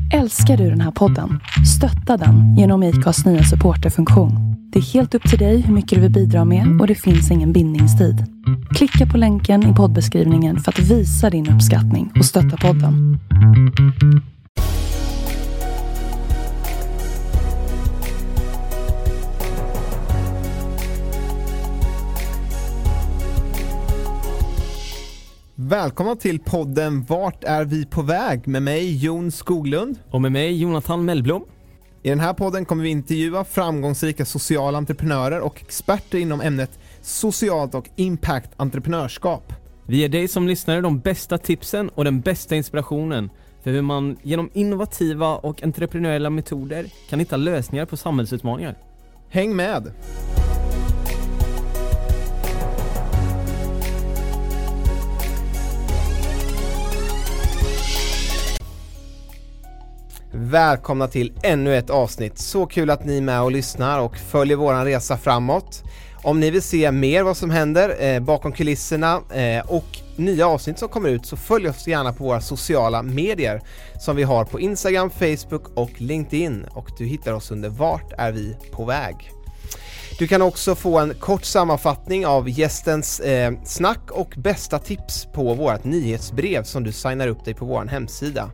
Älskar du den här podden? Stötta den genom IKAs nya supporterfunktion. Det är helt upp till dig hur mycket du vill bidra med och det finns ingen bindningstid. Klicka på länken i poddbeskrivningen för att visa din uppskattning och stötta podden. Välkomna till podden Vart är vi på väg? Med mig Jon Skoglund. Och med mig Jonathan Mellblom. I den här podden kommer vi intervjua framgångsrika sociala entreprenörer och experter inom ämnet socialt och impact-entreprenörskap. Vi ger dig som lyssnare de bästa tipsen och den bästa inspirationen för hur man genom innovativa och entreprenöriella metoder kan hitta lösningar på samhällsutmaningar. Häng med! Välkomna till ännu ett avsnitt. Så kul att ni är med och lyssnar och följer våran resa framåt. Om ni vill se mer vad som händer bakom kulisserna och nya avsnitt som kommer ut, så följ oss gärna på våra sociala medier som vi har på Instagram, Facebook och LinkedIn. Och du hittar oss under Vart är vi på väg? Du kan också få en kort sammanfattning av gästens snack och bästa tips på vårt nyhetsbrev som du signar upp dig på vår hemsida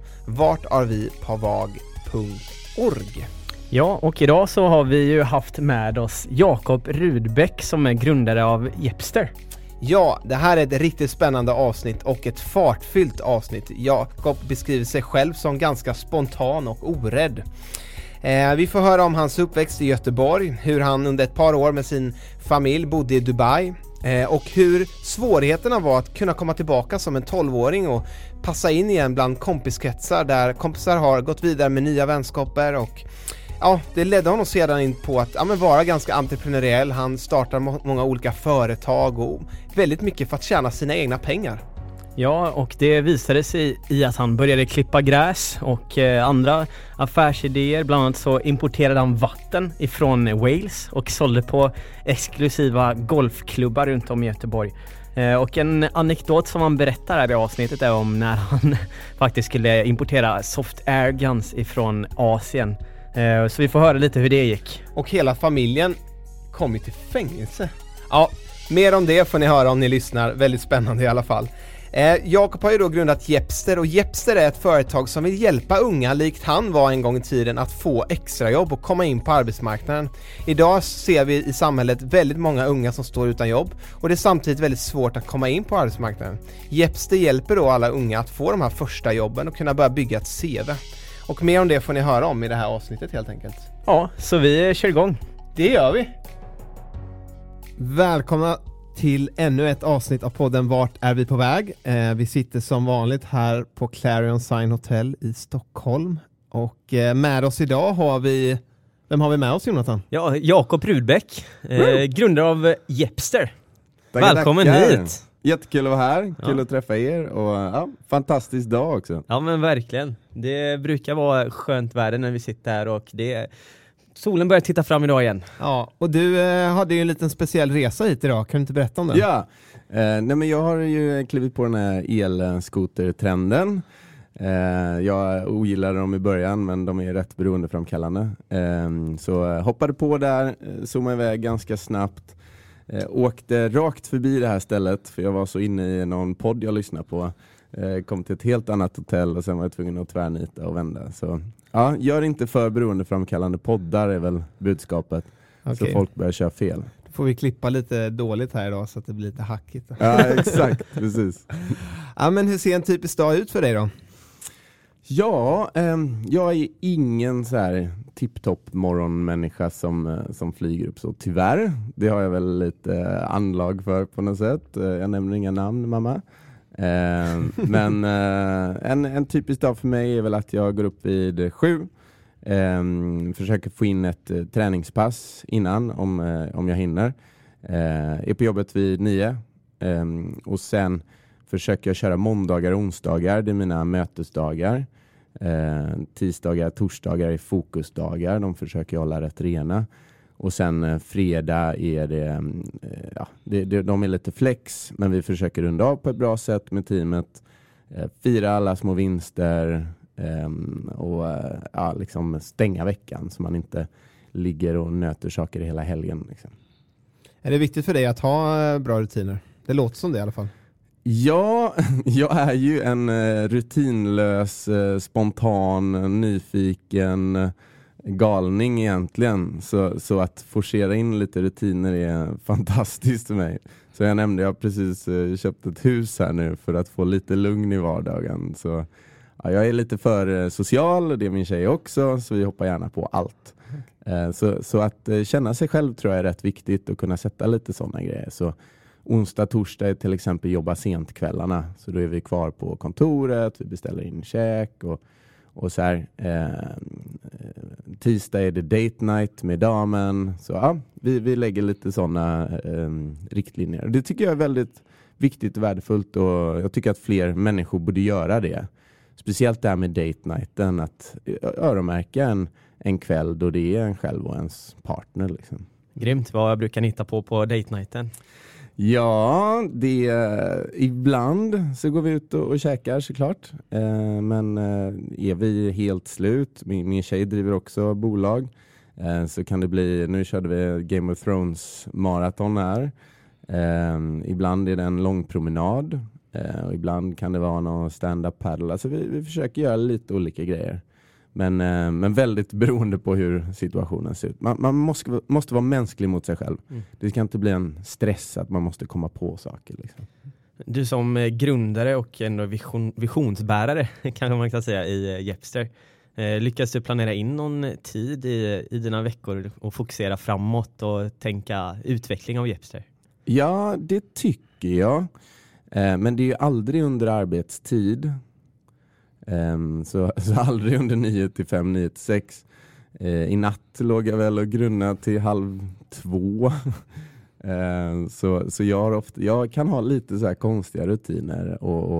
vartarvipåvag.org. Ja, och idag så har vi ju haft med oss Jakob Rudbeck som är grundare av Jepster. Ja, det här är ett riktigt spännande avsnitt och ett fartfyllt avsnitt. Jakob beskriver sig själv som ganska spontan och orädd. Vi får höra om hans uppväxt i Göteborg, hur han under ett par år med sin familj bodde i Dubai och hur svårigheterna var att kunna komma tillbaka som en 12-åring och passa in igen bland kompiskretsar där kompisar har gått vidare med nya vänskaper. Och ja, det ledde honom sedan in på att vara ganska entreprenöriell. Han startar många olika företag och väldigt mycket för att tjäna sina egna pengar. Ja, och det visade sig i att han började klippa gräs och andra affärsidéer. Bland annat så importerade han vatten ifrån Wales och sålde på exklusiva golfklubbar runt om i Göteborg. Och en anekdot som han berättar här i avsnittet är om när han faktiskt skulle importera soft air guns ifrån Asien. Så vi får höra lite hur det gick. Och hela familjen kom till fängelse. Ja, mer om det får ni höra om ni lyssnar. Väldigt spännande i alla fall. Jakob har ju då grundat Jepster, och Jepster är ett företag som vill hjälpa unga likt han var en gång i tiden att få extra jobb och komma in på arbetsmarknaden. Idag ser vi i samhället väldigt många unga som står utan jobb, och det är samtidigt väldigt svårt att komma in på arbetsmarknaden. Jepster hjälper då alla unga att få de här första jobben och kunna börja bygga ett CV. Och mer om det får ni höra om i det här avsnittet helt enkelt. Ja, så vi kör igång. Det gör vi. Välkomna till ännu ett avsnitt av podden Vart är vi på väg? Vi sitter som vanligt här på Clarion Sign Hotel i Stockholm. Och med oss idag har vi... Vem har vi med oss, Jonathan? Ja, Jakob Rudbeck, grundare av Jepster. Tackar, välkommen tackar. hit! Jättekul att vara här, kul att träffa er och fantastisk dag också. Ja, men verkligen. Det brukar vara skönt väder när vi sitter här och solen börjar titta fram idag igen. Ja, och du hade ju en liten speciell resa hit idag. Kan du inte berätta om den? Ja, nej men jag har ju klivit på den här elskotertrenden. Jag ogillade dem i början, men de är rätt beroendeframkallande. Så hoppade på där, zoomade iväg ganska snabbt. Åkte rakt förbi det här stället för jag var så inne i någon podd jag lyssnade på. Kom till ett helt annat hotell och sen var jag tvungen att tvärnita och vända. Så ja, gör inte för beroendeframkallande poddar är väl budskapet. Okay. Så folk börjar köra fel. Då får vi klippa lite dåligt här idag så att det blir lite hackigt. Ja, exakt, precis. Ja, men hur ser en typisk dag ut för dig då? Ja, jag är ingen så här tipptopp morgonmänniska som flyger upp så. Tyvärr, det har jag väl lite anlag för på något sätt. Jag nämner inga namn, mamma. Men en typisk dag för mig är väl att jag går upp vid 7. Försöker få in ett träningspass innan om jag hinner. Är på jobbet vid 9. Och sen försöker jag köra måndagar och onsdagar. Det är mina mötesdagar. Tisdagar, torsdagar är fokusdagar. De försöker jag hålla rätt rena. Och sen fredag är de är lite flex. Men vi försöker runda av på ett bra sätt med teamet. Fira alla små vinster. Och liksom stänga veckan så man inte ligger och nöter saker hela helgen. Liksom. Är det viktigt för dig att ha bra rutiner? Det låter som det i alla fall. Ja, jag är ju en rutinlös, spontan, nyfiken galning egentligen. Så att forcera in lite rutiner är fantastiskt för mig. Så jag har precis köpt ett hus här nu för att få lite lugn i vardagen. Så ja, jag är lite för social, det är min tjej också, så vi hoppar gärna på allt. Så att känna sig själv tror jag är rätt viktigt och kunna sätta lite sådana grejer. Så onsdag, torsdag till exempel jobba sent kvällarna. Så då är vi kvar på kontoret, vi beställer in käk och så här. Tisdag är det date night med damen. Så ja, vi lägger lite sådana riktlinjer. Det tycker jag är väldigt viktigt och värdefullt och jag tycker att fler människor borde göra det. Speciellt det här med date nighten, att öronmärka en kväll då det är en själv och ens partner. Liksom. Grymt, vad brukar ni hitta på date nighten? Ja, ibland så går vi ut och käkar såklart. Men är vi helt slut, min tjej driver också bolag, så kan det bli, nu körde vi Game of Thrones maraton här. Ibland är det en lång promenad. Och ibland kan det vara någon stand-up paddle. Alltså vi försöker göra lite olika grejer. Men väldigt beroende på hur situationen ser ut. Man måste vara mänsklig mot sig själv. Det kan inte bli en stress att man måste komma på saker. Liksom. Du som grundare och ändå visionsbärare kan man kan säga i Jepster. Lyckas du planera in någon tid i dina veckor och fokusera framåt och tänka utveckling av Jepster? Ja, det tycker jag. Men det är ju aldrig under arbetstid. Så aldrig under 9 till 5, 9 till 6. I natt låg jag väl och grunnade till 1:30. Så jag kan ha lite så här konstiga rutiner.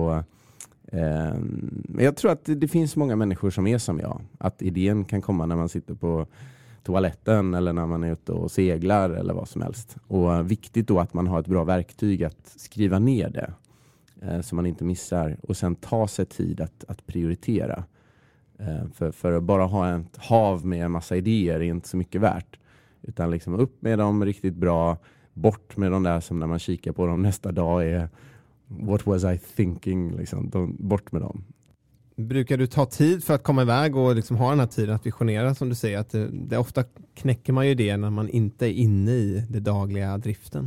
Men jag tror att det finns många människor som är som jag. Att idén kan komma när man sitter på toaletten eller när man är ute och seglar eller vad som helst. Och viktigt då att man har ett bra verktyg att skriva ner det. Så man inte missar. Och sen ta sig tid att prioritera. För att bara ha ett hav med en massa idéer är inte så mycket värt. Utan liksom upp med dem riktigt bra. Bort med de där som när man kikar på dem nästa dag är what was I thinking? Liksom, bort med dem. Brukar du ta tid för att komma iväg och liksom ha den här tiden att visionera som du säger? Att det ofta knäcker man ju det när man inte är inne i det dagliga driften.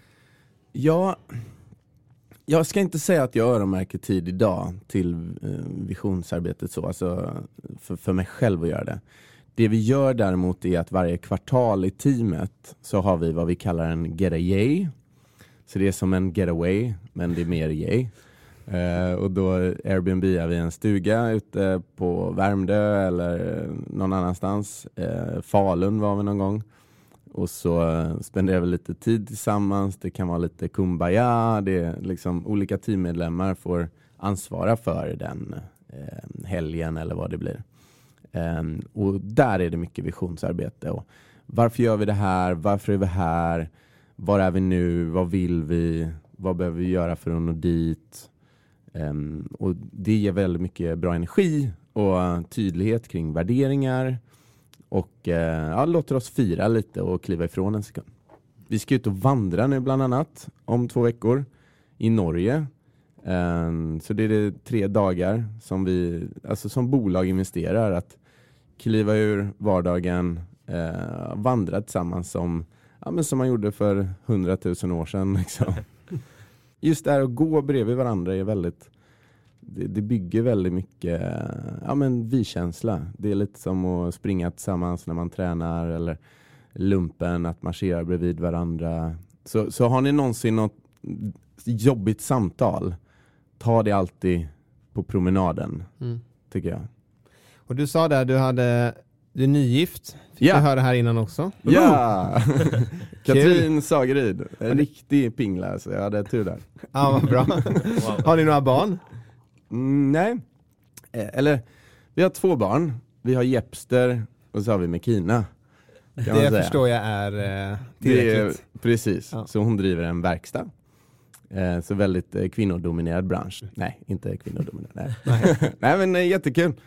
Ja, jag ska inte säga att jag öronmärker tid idag till visionsarbetet så. Alltså för mig själv att göra det. Det vi gör däremot är att varje kvartal i teamet så har vi vad vi kallar en getaway. Så det är som en getaway, men det är mer yay. Och då Airbnb-ar vi en stuga ute på Värmdö eller någon annanstans. Falun var vi någon gång. Och så spenderar vi lite tid tillsammans. Det kan vara lite kumbaya. Det är liksom olika teammedlemmar får ansvara för den helgen eller vad det blir. Och där är det mycket visionsarbete. Och varför gör vi det här? Varför är vi här? Var är vi nu? Vad vill vi? Vad behöver vi göra för att nå dit? Och det ger väldigt mycket bra energi och tydlighet kring värderingar. Och låter oss fira lite och kliva ifrån en sekund. Vi ska ut och vandra nu bland annat om 2 veckor i Norge. Så det är 3 dagar som vi som bolag investerar att kliva ur vardagen, vandra tillsammans som man gjorde för 100 000 år sedan. Liksom. Just det här att gå bredvid varandra är väldigt, det bygger väldigt mycket vi-känsla. Det är lite som att springa tillsammans när man tränar eller lumpen, att marschera bredvid varandra. Så har ni någonsin något jobbigt samtal, ta det alltid på promenaden, tycker jag. Och du sa där, du är nygift. Fick jag höra här innan också. Ja! Katrin Sageryd. En riktig pingla, så jag hade tur där. Ja, vad bra. Wow. Har ni några barn? Nej. Eller, vi har 2 barn. Vi har Jepster och så har vi Mekina. Det förstår jag är tillräckligt. Precis. Ja. Så hon driver en verkstad. Så väldigt kvinnodominerad bransch. Nej, inte kvinnodominerad. Nej, men jättekul.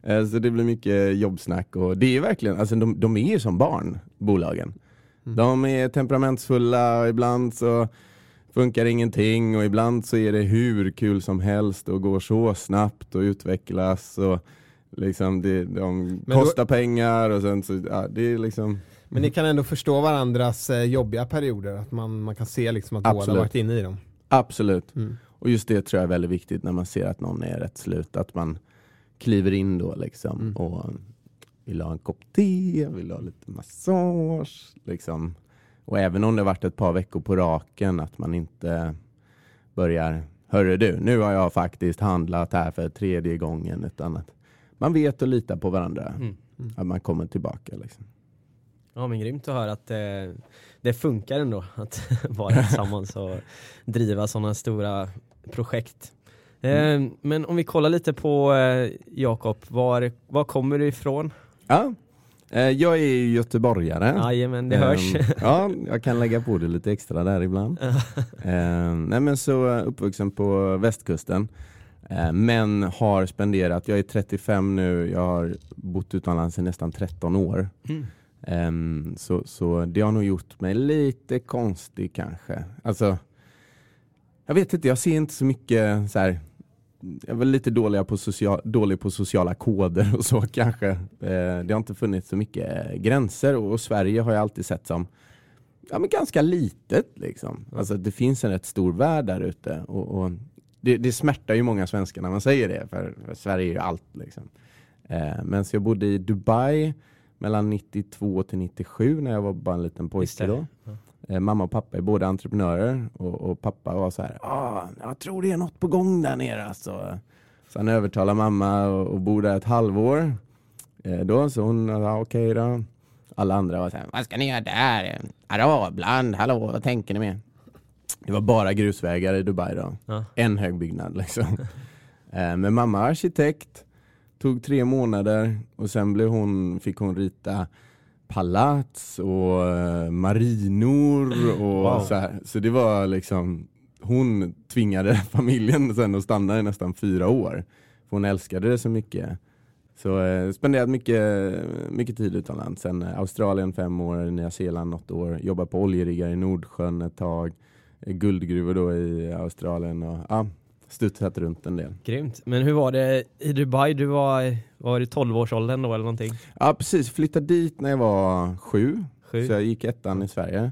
Så det blir mycket jobbsnack och det är verkligen, alltså de är ju som barn, bolagen. De är temperamentsfulla och ibland så funkar ingenting och ibland så är det hur kul som helst och går så snabbt och utvecklas och liksom de kostar pengar och sen så, ja, det är liksom... Men ni kan ändå förstå varandras jobbiga perioder, att man kan se liksom att båda har varit inne i dem. Absolut. Och just det tror jag är väldigt viktigt när man ser att någon är rätt slut, att man kliver in då liksom och vill ha en kopp te, vill ha lite massage liksom. Och även om det varit ett par veckor på raken, att man inte börjar, hörru du, nu har jag faktiskt handlat här för 3:e gången, utan att man vet och litar på varandra. Att man kommer tillbaka liksom. Ja, men grymt att höra att det funkar ändå att vara tillsammans och driva sådana stora projekt. Men om vi kollar lite på Jakob, var kommer du ifrån? Ja, jag är ju göteborgare. Ja, men det hörs. Ja, jag kan lägga på det lite extra där ibland. Nej, men så uppvuxen på västkusten. Men har spenderat, jag är 35 nu, jag har bott utomlands i nästan 13 år. Så det har nog gjort mig lite konstig kanske. Alltså, jag vet inte, jag ser inte så mycket så här. Jag var lite dålig på sociala koder och så kanske. Det har inte funnits så mycket gränser och Sverige har jag alltid sett som men ganska litet liksom. Alltså det finns en rätt stor värld där ute och det smärtar ju många svenskar när man säger det, för Sverige är ju allt liksom. Men så jag bodde i Dubai mellan 92 till 97 när jag var bara en liten pojke då. Mamma och pappa är båda entreprenörer och pappa var så här, jag tror det är något på gång där nere alltså. Så han övertalade mamma och bor där ett halvår. Då så hon sa okej då. Alla andra var så här, vad ska ni göra där? Arabland, hallå, vad tänker ni med? Det var bara grusvägar i Dubai då. Ja. En hög byggnad liksom. Men mamma är arkitekt. Tog 3 månader och sen fick hon rita palats och marinor och så här. Så det var liksom, hon tvingade familjen sen att stanna i nästan 4 år. För hon älskade det så mycket. Så spenderade mycket tid utomlands. Sen Australien 5 år, Nya Zeeland något år. Jobbade på oljeriggar i Nordsjön ett tag. Guldgruvor då i Australien och studsat runt en del. Grymt. Men hur var det i Dubai? Du var det 12-årsåldern då eller någonting? Ja, precis. Flyttade dit när jag var 7. Så jag gick 1:an i Sverige.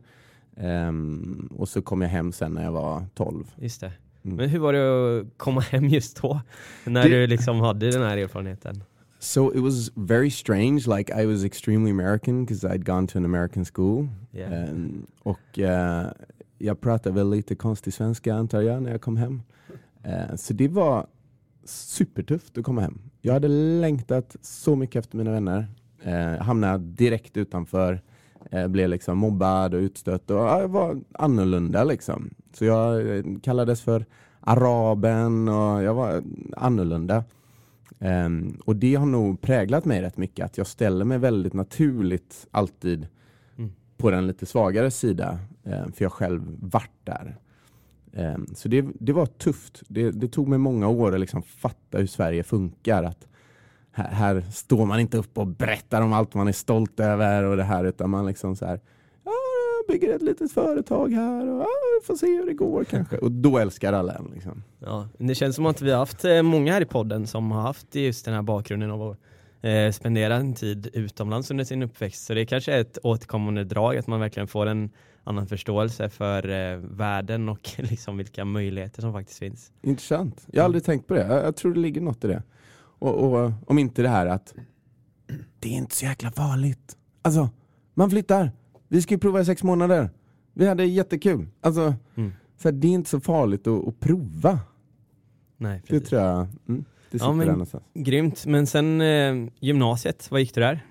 Och så kom jag hem sen när jag var 12. Just det. Men hur var det att komma hem just då? När du liksom hade den här erfarenheten? So it was very strange. Like I was extremely American because I'd gone to an American school. Yeah. Och jag pratade väl lite konstig svenska antar jag när jag kom hem. Så det var supertufft att komma hem. Jag hade längtat så mycket efter mina vänner. Hamnade direkt utanför. Blev liksom mobbad och utstött. Och jag var annorlunda liksom. Så jag kallades för araben och jag var annorlunda. Och det har nog präglat mig rätt mycket. Att jag ställer mig väldigt naturligt alltid på den lite svagare sida. För jag själv vart där. Så det var tufft. Det tog mig många år att liksom fatta hur Sverige funkar. Att här står man inte upp och berättar om allt man är stolt över och det här, utan man liksom så här, jag bygger ett litet företag här och får se hur det går kanske. Och då älskar alla en liksom. Ja, det känns som att vi har haft många här i podden som har haft just den här bakgrunden av att spendera en tid utomlands under sin uppväxt. Så det kanske är ett återkommande drag att man verkligen får en annan förståelse för världen och liksom vilka möjligheter som faktiskt finns. Intressant. Jag har aldrig tänkt på det. Jag tror det ligger något i det. Och om inte det här att det är inte så jäkla farligt. Alltså, man flyttar. Vi ska ju prova i 6 månader. Vi hade jättekul. Alltså, så här, det är inte så farligt att prova. Nej, precis. Det tror jag. Det sitter där någonstans. Grymt. Men sen gymnasiet, vad gick du där?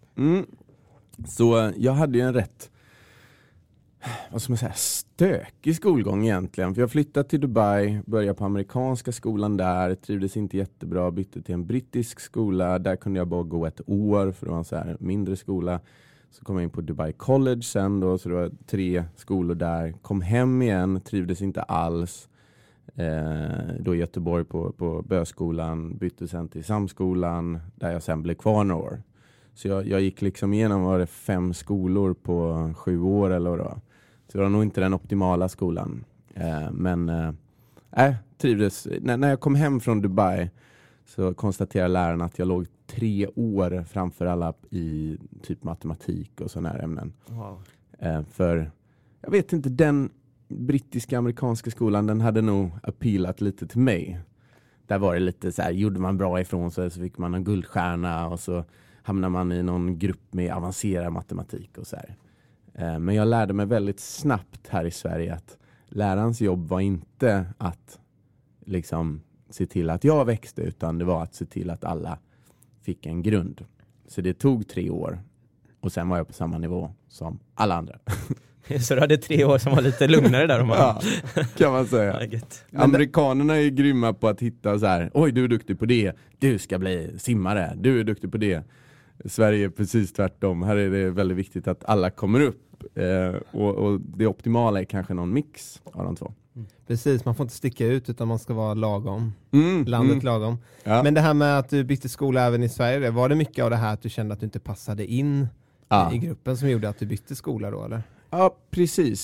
Så jag hade ju en rätt, vad ska man säga, stökig skolgång egentligen. För jag flyttade till Dubai, började på amerikanska skolan där, trivdes inte jättebra, bytte till en brittisk skola. Där kunde jag bara gå 1 år för det var en så här mindre skola. Så kom jag in på Dubai College sen då, så det var 3 skolor där. Kom hem igen, trivdes inte alls. då i Göteborg på Böskolan, bytte sen till Samskolan där jag sen blev kvar några år. Så jag gick liksom igenom 5 skolor på 7 år eller vad det var. Så det var nog inte den optimala skolan. Men trivdes. När jag kom hem från Dubai så konstaterade läraren att jag låg 3 år framför alla i typ matematik och sådana här ämnen. Wow. För jag vet inte, den brittiska amerikanska skolan, den hade nog appealat lite till mig. Där var det lite så här, gjorde man bra ifrån sig så fick man en guldstjärna och så hamnar man i någon grupp med avancerad matematik och så här. Men jag lärde mig väldigt snabbt här i Sverige att lärarens jobb var inte att liksom se till att jag växte, utan det var att se till att alla fick en grund. Så det tog 3 år och sen var jag på samma nivå som alla andra. Så du hade 3 år som var lite lugnare där. Ja, kan man säga. Amerikanerna är grymma på att hitta så här: oj, du är duktig på det, du ska bli simmare, du är duktig på det. Sverige är precis tvärtom. Här är det väldigt viktigt att alla kommer upp. Och det optimala är kanske någon mix av de två. Precis, man får inte sticka ut utan man ska vara lagom. Landet lagom. Ja. Men det här med att du bytte skola även i Sverige, var det mycket av det här att du kände att du inte passade in i gruppen som gjorde att du bytte skola då, eller? Ja, precis.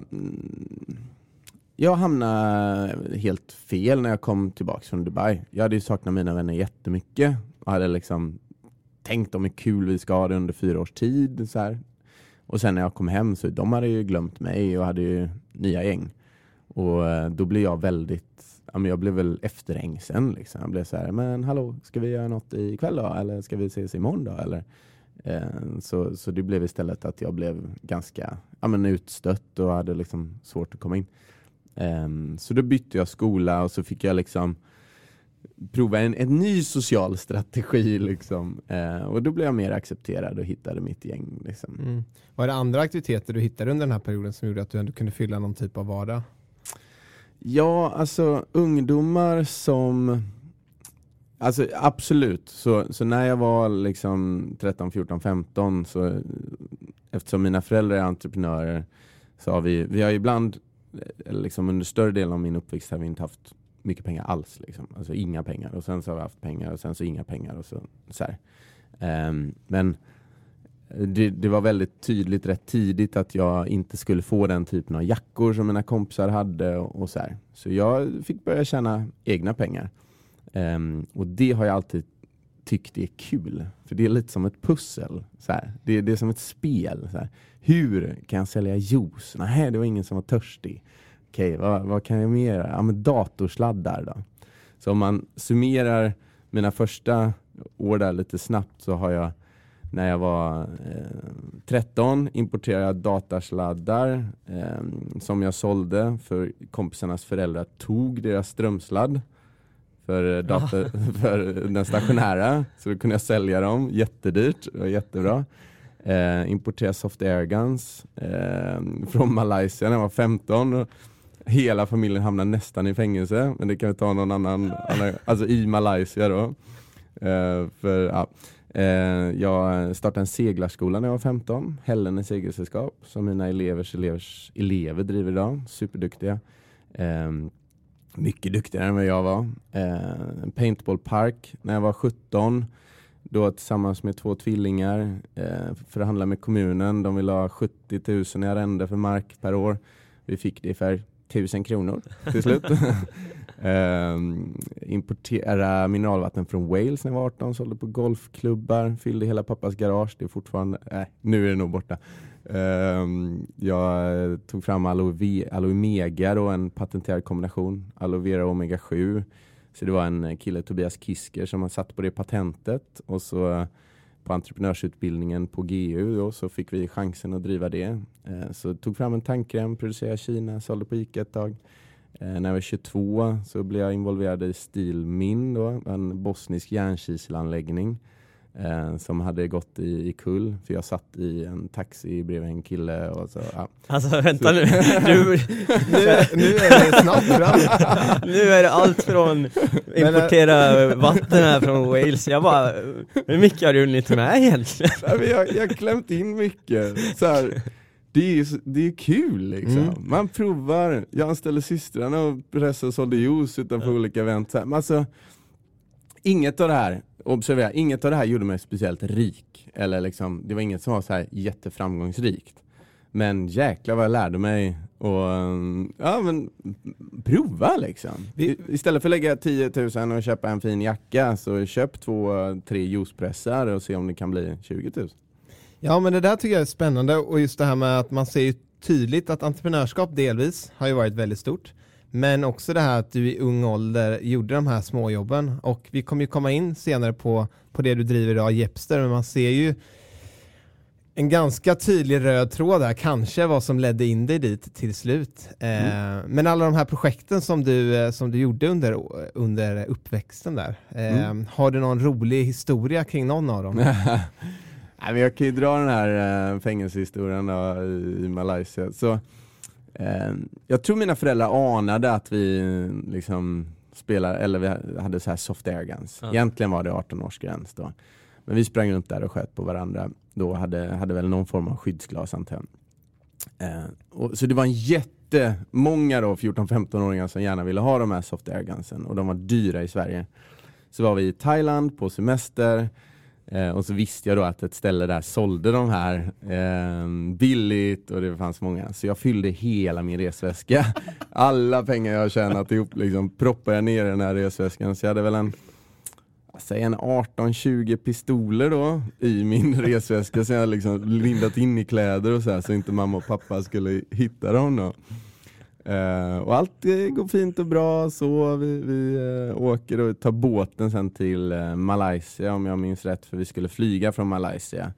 Jag hamnade helt fel när jag kom tillbaka från Dubai. Jag hade ju saknat mina vänner jättemycket. Jag hade liksom tänkt om hur kul vi ska ha det under 4 års tid. Så här. Och sen när jag kom hem så de hade ju glömt mig och hade ju nya gäng. Och då blev jag jag blev väl efterhängsen liksom. Jag blev så här, men hallå, ska vi göra något ikväll då? Eller ska vi ses imorgon då? Eller, så det blev istället att jag blev ganska utstött och hade liksom svårt att komma in. Så då bytte jag skola och så fick jag liksom prova en ny social strategi liksom. Och då blev jag mer accepterad och hittade mitt gäng liksom. Var det andra aktiviteter du hittade under den här perioden som gjorde att du ändå kunde fylla någon typ av vardag? Ja, alltså ungdomar som... Alltså absolut. Så när jag var liksom 13, 14, 15 så eftersom mina föräldrar är entreprenörer så har vi har ibland liksom under större delen av min uppväxt har vi inte haft mycket pengar alls liksom. Alltså inga pengar och sen så har vi haft pengar och sen så inga pengar och så här. Men det var väldigt tydligt rätt tidigt att jag inte skulle få den typen av jackor som mina kompisar hade och så här. Så jag fick börja tjäna egna pengar. Och det har jag alltid tyckt är kul. För det är lite som ett pussel. Så här. Det är som ett spel. Så här. Hur kan jag sälja juice? Nej, det var ingen som var törstig. Okej, vad kan jag mer göra? Ja, men datorsladdar då. Så om man summerar mina första år där lite snabbt så har jag, när jag var 13, importerade jag datasladdar som jag sålde för kompisarnas föräldrar tog deras strömsladd för den stationära. Så då kunde jag sälja dem jättedyrt och jättebra. Importerade soft airguns från Malaysia när jag var 15 och hela familjen hamnade nästan i fängelse, men det kan vi ta någon annan alltså i Malaysia då. Jag startade en seglarskola när jag var 15, Hällene segelsällskap, som mina elevers elever driver idag, superduktiga. Mycket duktigare än vad jag var. Paintballpark när jag var 17. Då tillsammans med 2 tvillingar förhandlade med kommunen. De ville ha 70 000 i arrende för mark per år. Vi fick det för 1000 kronor till slut. Importera mineralvatten från Wales när jag var 18. Sålde på golfklubbar. Fyllde hela pappas garage. Det är fortfarande... nu är det nog borta. Jag tog fram aloe mega då, en patenterad kombination. Aloe vera omega 7. Så det var en kille, Tobias Kisker, som har satt på det patentet. Och så på entreprenörsutbildningen på GU då, så fick vi chansen att driva det. Så tog fram en tandkräm, producerade i Kina, sålde på ICA ett tag. När jag var 22 så blev jag involverad i Stilmin då, en bosnisk järnkiselanläggning. Som hade gått i kull, för jag satt i en taxi bredvid en kille och så, ja. Alltså vänta nu. Nu är det snabbt fram. Nu är det allt från importera vatten här från Wales. Jag bara, hur mycket har du hunnit med egentligen? Jag har klämt in mycket så här, det är kul liksom. Man provar. Jag anställde systrarna och pressade och sålde juice utanför olika event. Men alltså, inget av det här gjorde mig speciellt rik. Eller liksom, det var inget som var så här jätteframgångsrikt. Men jäklar vad jag lärde mig. Och prova liksom. Istället för att lägga 10 000 och köpa en fin jacka, så köp 2-3 juicepressar och se om det kan bli 20 000. Ja, men det där tycker jag är spännande, och just det här med att man ser ju tydligt att entreprenörskap delvis har ju varit väldigt stort. Men också det här att du i ung ålder gjorde de här småjobben, och vi kommer ju komma in senare på det du driver idag, Jepster, men man ser ju en ganska tydlig röd tråd där, kanske vad som ledde in dig dit till slut. Men alla de här projekten som du gjorde under uppväxten där, har du någon rolig historia kring någon av dem? Nej, men jag kan ju dra den här fängelsehistorien då, i Malaysia. Så, jag tror mina föräldrar anade att vi liksom spelar, eller vi hade så här soft air guns. Egentligen var det 18-årsgräns då. Men vi sprang runt där och sköt på varandra. Då hade väl någon form av skyddsglas antagligen. Så det var jättemånga då 14-15-åringar som gärna ville ha de här soft air gunsen. Och de var dyra i Sverige. Så var vi i Thailand på semester. Och så visste jag då att ett ställe där sålde de här billigt, och det fanns många. Så jag fyllde hela min resväska. Alla pengar jag tjänat ihop liksom, proppade jag ner i den här resväskan. Så jag hade väl en 18-20 pistoler då i min resväska, så jag liksom lindat in i kläder och så här, så inte mamma och pappa skulle hitta dem då. Och allt går fint och bra, så vi åker och tar båten sen till Malaysia, om jag minns rätt, för vi skulle flyga från Malaysia.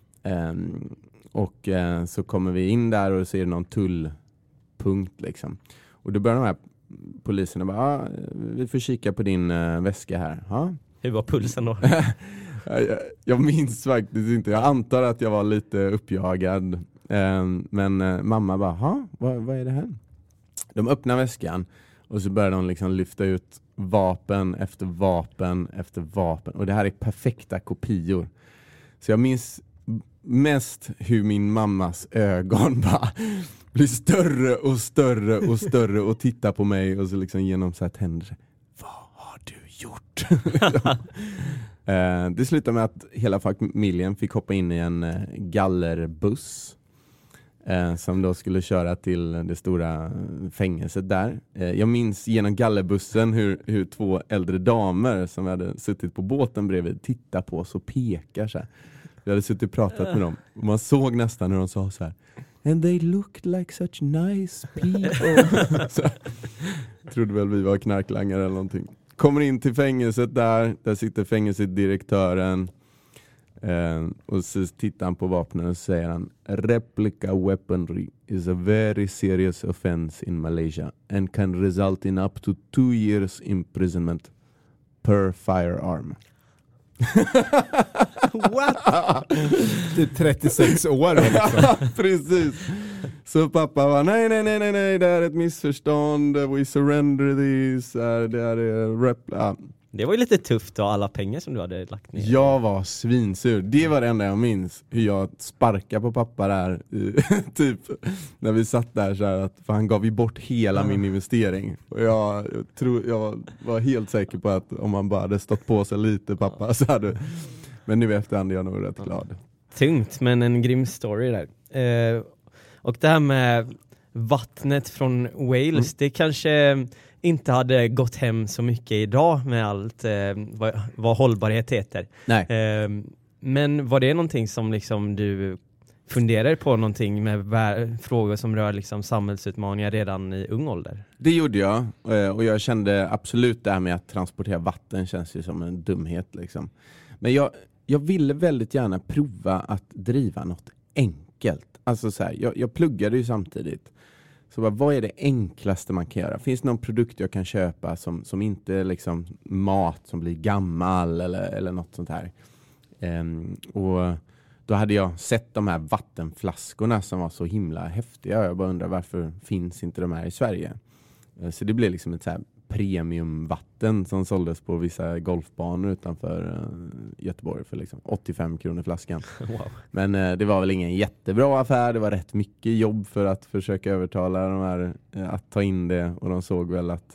Och så kommer vi in där och ser någon tullpunkt liksom. Och då börjar de här poliserna bara, vi får kika på din väska här. Ja. Hur var pulsen då? Jag minns faktiskt inte. Jag antar att jag var lite uppjagad. Men mamma bara, vad är det här? De öppnar väskan och så börjar de liksom lyfta ut vapen efter vapen efter vapen. Och det här är perfekta kopior. Så jag minns mest hur min mammas ögon bara blir större och större och större och tittar på mig och så liksom genom så här tänder. Vad har du gjort? Det slutade med att hela familjen fick hoppa in i en gallerbuss. Som då skulle köra till det stora fängelset där. Jag minns genom gallerbussen hur 2 äldre damer som hade suttit på båten bredvid tittar på oss och pekar så här. Vi hade suttit och pratat med dem. Och man såg nästan när de sa så här: and they looked like such nice people. Så, trodde väl vi var knarklangare eller någonting. Kommer in till fängelset där sitter fängelsedirektören. Och så tittar han på vapnen och säger han: replica weaponry is a very serious offense in Malaysia and can result in up to 2 years imprisonment per firearm. What? Typ 36 år liksom. Precis. Så pappa var nej, det är ett missförstånd, we surrender these, det är Det var ju lite tufft då, alla pengar som du hade lagt ner. Jag var svinsur. Det var det enda jag minns. Hur jag sparkade på pappa där. Typ när vi satt där så här, för han gav ju bort hela min investering. Och jag var helt säker på att om man bara hade stått på sig lite pappa så hade. Men nu efterhand är jag nog rätt glad. Tungt, men en grym story där. Och det här med vattnet från Wales, det kanske inte hade gått hem så mycket idag med allt vad hållbarhet heter. Nej. Men var det någonting som liksom du funderar på, någonting med frågor som rör liksom samhällsutmaningar redan i ung ålder? Det gjorde jag, och jag kände absolut det här med att transportera vatten känns ju som en dumhet liksom. Men jag ville väldigt gärna prova att driva något enkelt. Alltså så här, jag pluggade ju samtidigt. Så vad är det enklaste man kan göra? Finns det någon produkt jag kan köpa som inte är liksom mat som blir gammal eller något sånt här? Och då hade jag sett de här vattenflaskorna som var så himla häftiga. Jag bara undrar varför finns inte de här i Sverige? Så det blev liksom ett så här premiumvatten som såldes på vissa golfbanor utanför Göteborg för liksom 85 kronor flaskan. Wow. Men det var väl ingen jättebra affär. Det var rätt mycket jobb för att försöka övertala de här att ta in det, och de såg väl att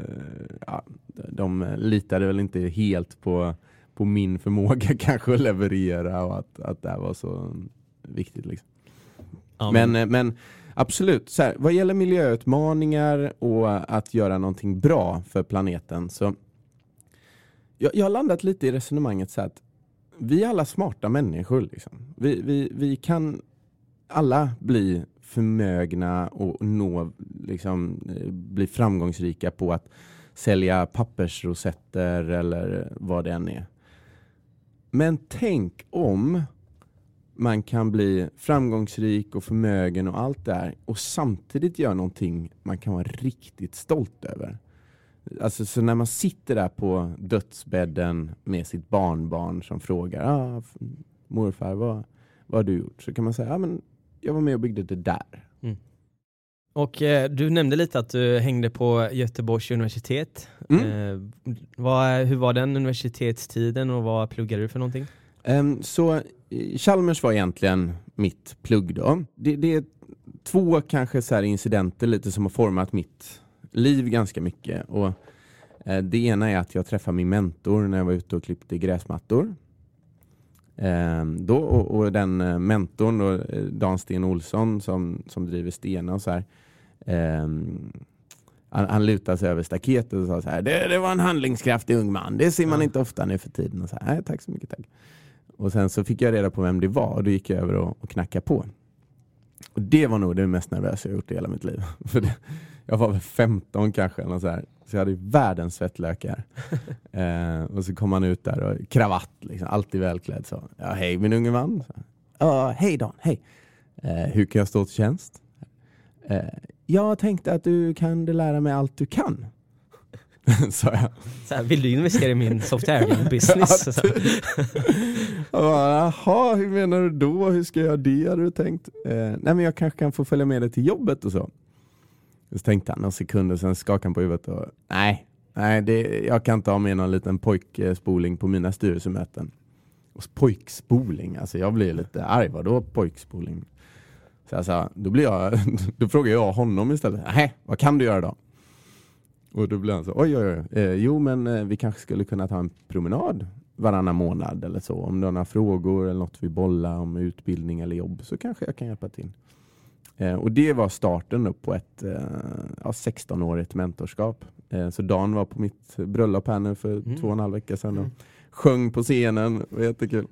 de litade väl inte helt på min förmåga kanske att leverera, och att det här var så viktigt liksom. Men absolut, så här, vad gäller miljöutmaningar och att göra någonting bra för planeten, så jag har landat lite i resonemanget så att vi är alla smarta människor liksom. Vi kan alla bli förmögna och nå liksom, bli framgångsrika på att sälja pappersrosetter eller vad det än är. Men tänk om man kan bli framgångsrik och förmögen och allt det här, och samtidigt göra någonting man kan vara riktigt stolt över. Alltså, så när man sitter där på dödsbädden med sitt barnbarn som frågar morfar, vad har du gjort? Så kan man säga, men jag var med och byggde det där. Mm. Och du nämnde lite att du hängde på Göteborgs universitet. Hur var den universitetstiden och vad pluggade du för någonting? Så Chalmers var egentligen mitt plugg då. Det är 2 kanske så här incidenter lite som har format mitt liv ganska mycket. Och det ena är att jag träffade min mentor när jag var ute och klippte gräsmattor. Och den mentorn då, Dan Sten Olsson som driver Stena och så här. Han lutade sig över staketet och sa så här: det var en handlingskraftig ung man. Det ser man inte ofta nu för tiden. Och så här, tack så mycket, tack. Och sen så fick jag reda på vem det var, och då gick jag över och knackade på. Och det var nog det mest nervösa jag gjort i hela mitt liv. För jag var väl 15 kanske eller så här. Så jag hade världens svettlökar. Och så kom han ut där och kravatt liksom, alltid välklädd så. Ja, hej min unge man. Hej Dan, hej. Hur kan jag stå till tjänst? Jag tänkte att du kan lära mig allt du kan. Sa jag. Så här, vill du investera i min software-business? Jaha, hur menar du då? Hur ska jag göra det, hade du tänkt? Nej, men jag kanske kan få följa med dig till jobbet och så. Så tänkte han några sekunder, sen skakade han på huvudet och nej, jag kan inte ha med någon liten pojkspoling på mina styrelsemöten. Och pojkspoling, alltså jag blir lite arg, vadå pojkspoling? Så jag sa, då frågar jag honom istället, nej, vad kan du göra då? Och då blev han så, oj. Jo, men vi kanske skulle kunna ta en promenad varannan månad eller så. Om du har några frågor eller något vi bollar om utbildning eller jobb, så kanske jag kan hjälpa till. Och det var starten upp på ett 16-årigt mentorskap. Så Dan var på mitt bröllop här nu för 2,5 veckor sedan och sjöng på scenen. Det var jättekul.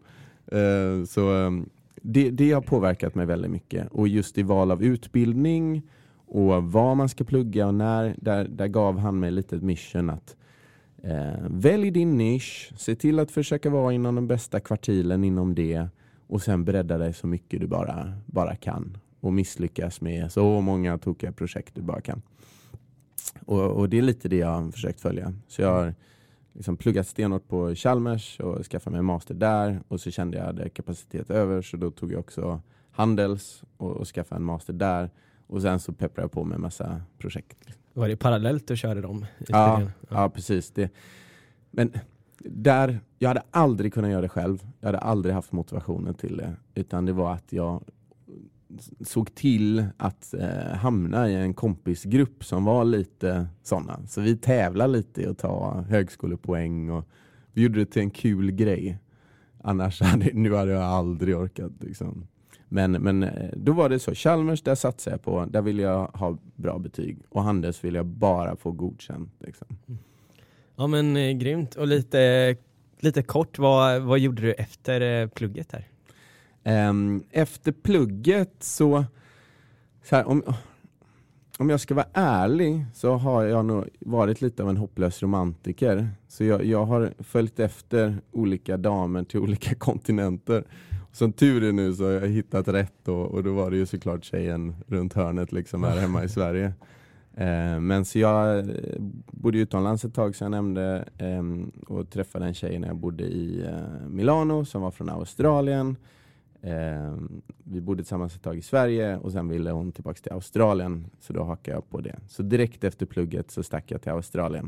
Så det har påverkat mig väldigt mycket. Och just i val av utbildning och vad man ska plugga och när, där gav han mig lite ett mission att välj din nisch, se till att försöka vara inom den bästa kvartilen inom det, och sen bredda dig så mycket du bara kan och misslyckas med så många tokiga projekt du bara kan. Och det är lite det jag har försökt följa. Så jag har liksom pluggat stenhårt på Chalmers och skaffat mig en master där, och så kände jag hade kapacitet över, så då tog jag också Handels och skaffade en master där. Och sen så pepprade jag på med en massa projekt. Var det parallellt att köra dem? Ja, precis. Men där, jag hade aldrig kunnat göra det själv. Jag hade aldrig haft motivationen till det. Utan det var att jag såg till att hamna i en kompisgrupp som var lite sådana. Så vi tävlade lite i att ta högskolepoäng, och vi gjorde det till en kul grej. Annars hade jag aldrig orkat liksom. Men då var det så. Chalmers, där satsade jag på. Där ville jag ha bra betyg. Och Handels ville jag bara få godkänt. Liksom. Ja, men grymt. Och lite kort, vad gjorde du efter plugget här? Efter plugget så här, om jag ska vara ärlig, så har jag nog varit lite av en hopplös romantiker. Så jag har följt efter olika damer till olika kontinenter. Som tur är nu så har jag hittat rätt, och då var det ju såklart tjejen runt hörnet liksom här hemma i Sverige. Men så jag bodde utomlands ett tag, så jag nämnde, och träffade en tjej när jag bodde i Milano som var från Australien. Vi bodde tillsammans ett tag i Sverige och sen ville hon tillbaka till Australien, så då hakade jag på det. Så direkt efter plugget så stack jag till Australien.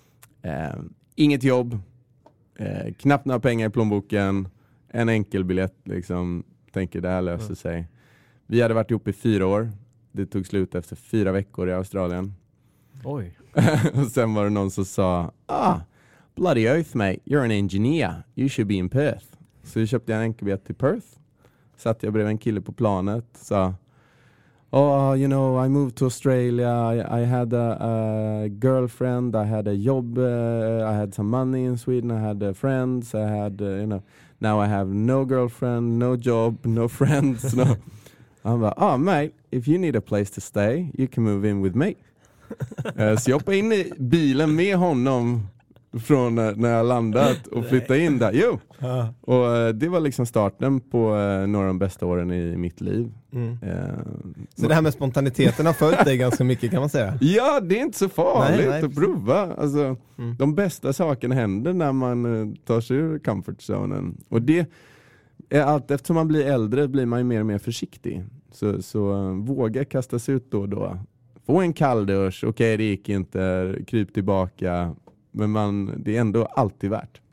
Inget jobb, knappt några pengar i plånboken, en enkel biljett liksom, tänker det här löser sig. Vi hade varit ihop i 4 år. Det tog slut efter 4 veckor i Australien. Oj. Och sen var det någon som sa, bloody oath mate, you're an engineer, you should be in Perth. Så köpte jag en enkelbiljett till Perth. Satt jag bredvid en kille på planet, sa, you know, I moved to Australia, I had a girlfriend, I had a job, I had some money in Sweden, I had friends, I had, now I have no girlfriend, no job, no friends. No. Han bara, mate, if you need a place to stay, you can move in with me. Så jag hoppade in i bilen med honom från när jag landat och flyttade in där. Och det var liksom starten på några av de bästa åren i mitt liv. Så det här med spontaniteten har följt dig ganska mycket, kan man säga? Ja, det är inte så farligt att prova. Alltså, de bästa sakerna händer när man tar sig ur comfort zonen. Och det är allt, eftersom man blir äldre blir man ju mer och mer försiktig. Så våga kasta sig ut då och då. Få en kalldusch, okej, det gick inte, kryp tillbaka. Men det är ändå alltid värt.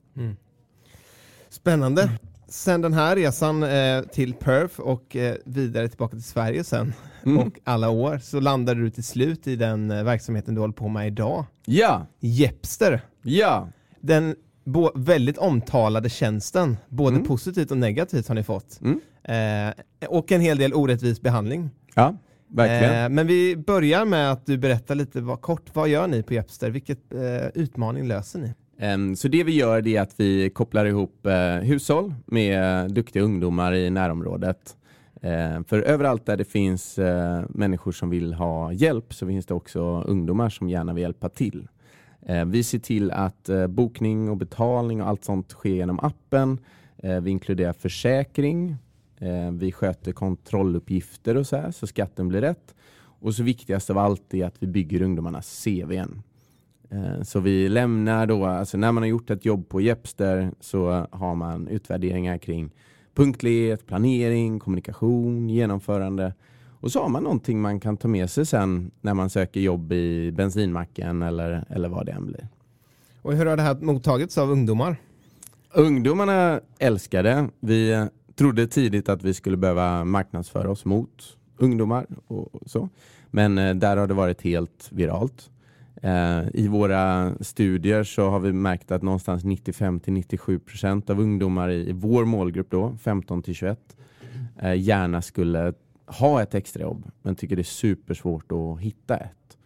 Spännande. Sen den här resan till Perth och vidare tillbaka till Sverige sen och alla år, så landade du till slut i den verksamheten du håller på med idag. Ja. Jepster. Ja. Den väldigt omtalade tjänsten, både positivt och negativt har ni fått. Och en hel del orättvis behandling. Ja, verkligen. Men vi börjar med att du berättar lite vad gör ni på Jepster? Vilket utmaning löser ni? Så det vi gör är att vi kopplar ihop hushåll med duktiga ungdomar i närområdet. För överallt där det finns människor som vill ha hjälp så finns det också ungdomar som gärna vill hjälpa till. Vi ser till att bokning och betalning och allt sånt sker genom appen. Vi inkluderar försäkring. Vi sköter kontrolluppgifter och så skatten blir rätt. Och så viktigast av allt är att vi bygger ungdomarnas CV:n. Så vi lämnar då, alltså när man har gjort ett jobb på Jepster så har man utvärderingar kring punktlighet, planering, kommunikation, genomförande. Och så har man någonting man kan ta med sig sen när man söker jobb i bensinmacken eller vad det än blir. Och hur har det här mottagits av ungdomar? Ungdomarna älskar det. Vi trodde tidigt att vi skulle behöva marknadsföra oss mot ungdomar och så. Men där har det varit helt viralt. I våra studier så har vi märkt att någonstans 95-97% av ungdomar i vår målgrupp då, 15-21, gärna skulle ha ett extrajobb men tycker det är supersvårt att hitta ett.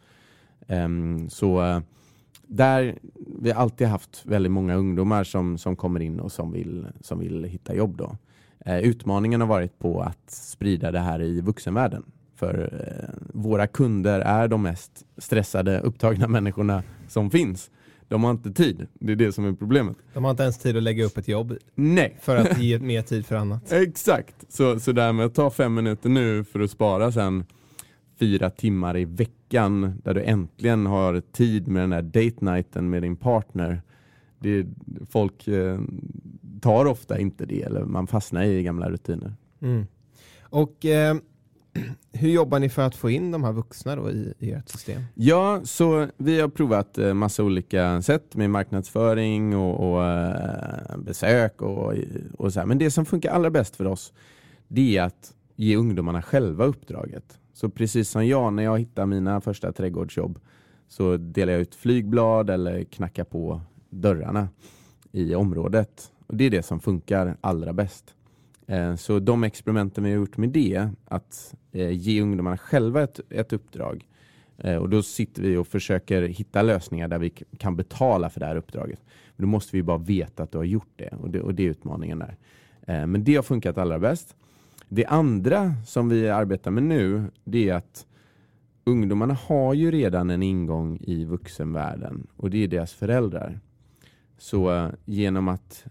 Så där vi har alltid haft väldigt många ungdomar som kommer in och som vill hitta jobb då. Utmaningen har varit på att sprida det här i vuxenvärlden. För våra kunder är de mest stressade, upptagna människorna som finns. De har inte tid. Det är det som är problemet. De har inte ens tid att lägga upp ett jobb. Nej. För att ge mer tid för annat. Exakt. Så där med att ta 5 minuter nu för att spara sen 4 timmar i veckan där du äntligen har tid med den här date nighten med din partner. Folk tar ofta inte det eller man fastnar i gamla rutiner. Och hur jobbar ni för att få in de här vuxna då i ert system? Ja, så vi har provat massa olika sätt med marknadsföring och besök och så här. Men det som funkar allra bäst för oss det är att ge ungdomarna själva uppdraget. Så precis som jag, när jag hittar mina första trädgårdsjobb så delar jag ut flygblad eller knackar på dörrarna i området. Och det är det som funkar allra bäst. Så de experimenten vi har gjort med det, att ge ungdomarna själva ett uppdrag. Och då sitter vi och försöker hitta lösningar där vi kan betala för det här uppdraget. Men då måste vi bara veta att du har gjort det. Och det är utmaningen där. Men det har funkat allra bäst. Det andra som vi arbetar med nu, det är att ungdomarna har ju redan en ingång i vuxenvärlden. Och det är deras föräldrar. Så genom att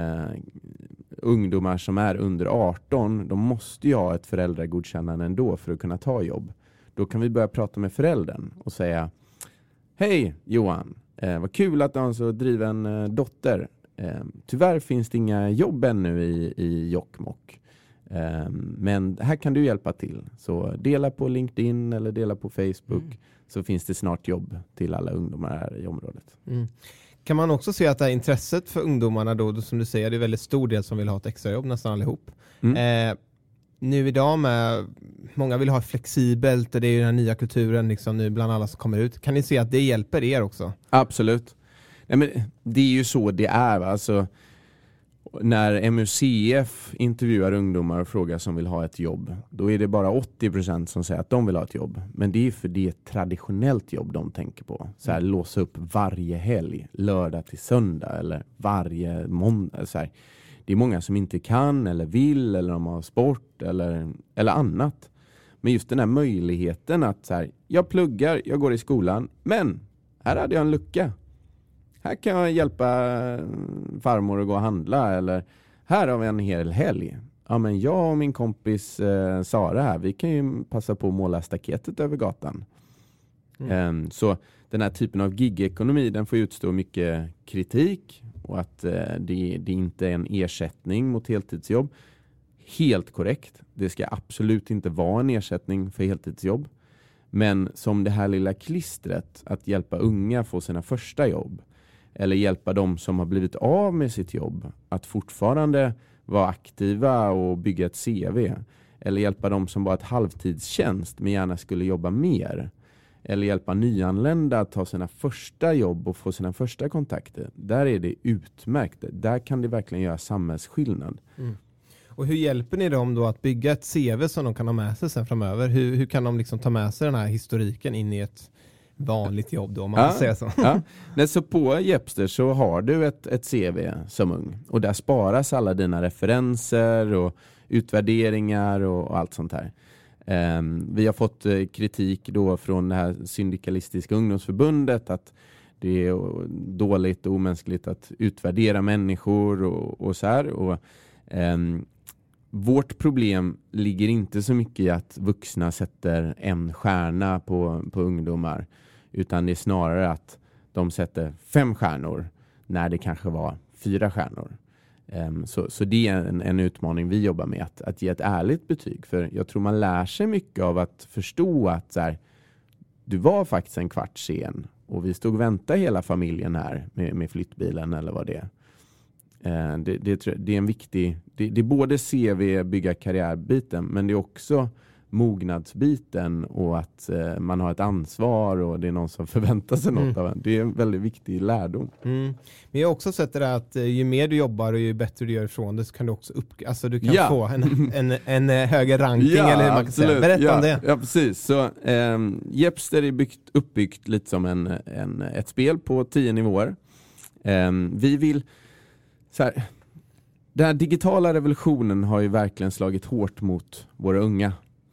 ungdomar som är under 18, de måste ju ha ett föräldragodkännande ändå för att kunna ta jobb. Då kan vi börja prata med föräldern och säga: hej Johan, vad kul att du har en så driven dotter. Tyvärr finns det inga jobb ännu i Jokkmokk. Men här kan du hjälpa till. Så dela på LinkedIn eller dela på Facebook, så finns det snart jobb till alla ungdomar här i området. Kan man också se att det här intresset för ungdomarna då, som du säger, det är väldigt stor del som vill ha ett extrajobb, nästan allihop. Nu idag med många vill ha flexibelt, och det är ju den här nya kulturen liksom nu bland alla som kommer ut. Kan ni se att det hjälper er också? Absolut. Nej, men det är ju så det är. Alltså, när MUCF intervjuar ungdomar och frågar som vill ha ett jobb, då är det bara 80% som säger att de vill ha ett jobb. Men det är för det är ett traditionellt jobb de tänker på. Så här, låsa upp varje helg, lördag till söndag eller varje måndag. Så här. Det är många som inte kan eller vill, eller de har sport eller annat. Men just den här möjligheten att så här, jag pluggar, jag går i skolan, men här hade jag en lucka. Här kan jag hjälpa farmor att gå och handla, eller här har vi en hel helg. Ja, men jag och min kompis Sara här, vi kan ju passa på att måla staketet över gatan. Så den här typen av gig-ekonomi, den får utstå mycket kritik, och att det inte är en ersättning mot heltidsjobb. Helt korrekt. Det ska absolut inte vara en ersättning för heltidsjobb. Men som det här lilla klistret, att hjälpa unga få sina första jobb, eller hjälpa dem som har blivit av med sitt jobb att fortfarande vara aktiva och bygga ett CV. Eller hjälpa dem som bara ett halvtidstjänst men gärna skulle jobba mer. Eller hjälpa nyanlända att ta sina första jobb och få sina första kontakter. Där är det utmärkt. Där kan det verkligen göra samhällsskillnad. Och hur hjälper ni dem då att bygga ett CV som de kan ha med sig sen framöver? Hur kan de liksom ta med sig den här historiken in i ett vanligt jobb då, om man kan säga så? Så på Jepster så har du ett CV som ung. Och där sparas alla dina referenser och utvärderingar och allt sånt här. Vi har fått kritik då från det här syndikalistiska ungdomsförbundet att det är dåligt och omänskligt att utvärdera människor och så här. Och vårt problem ligger inte så mycket i att vuxna sätter en stjärna på ungdomar, utan det är snarare att de sätter 5 stjärnor när det kanske var 4 stjärnor. Så det är en utmaning vi jobbar med, att ge ett ärligt betyg. För jag tror man lär sig mycket av att förstå att så här, du var faktiskt en kvart sen och vi stod och väntade hela familjen här med flyttbilen eller vad det är. Det är en viktig, det är både CV, bygga karriärbiten, men det är också mognadsbiten och att man har ett ansvar och det är någon som förväntar sig något av en. Det är en väldigt viktig lärdom. Men jag har också sett det där att ju mer du jobbar och ju bättre du gör ifrån det, så kan du också du kan få en högre ranking, eller hur man kan säga. Berätta om det. Ja, precis. Så Jepster är uppbyggt lite som ett spel på 10 nivåer. Vi vill så här, den här digitala revolutionen har ju verkligen slagit hårt mot våra unga.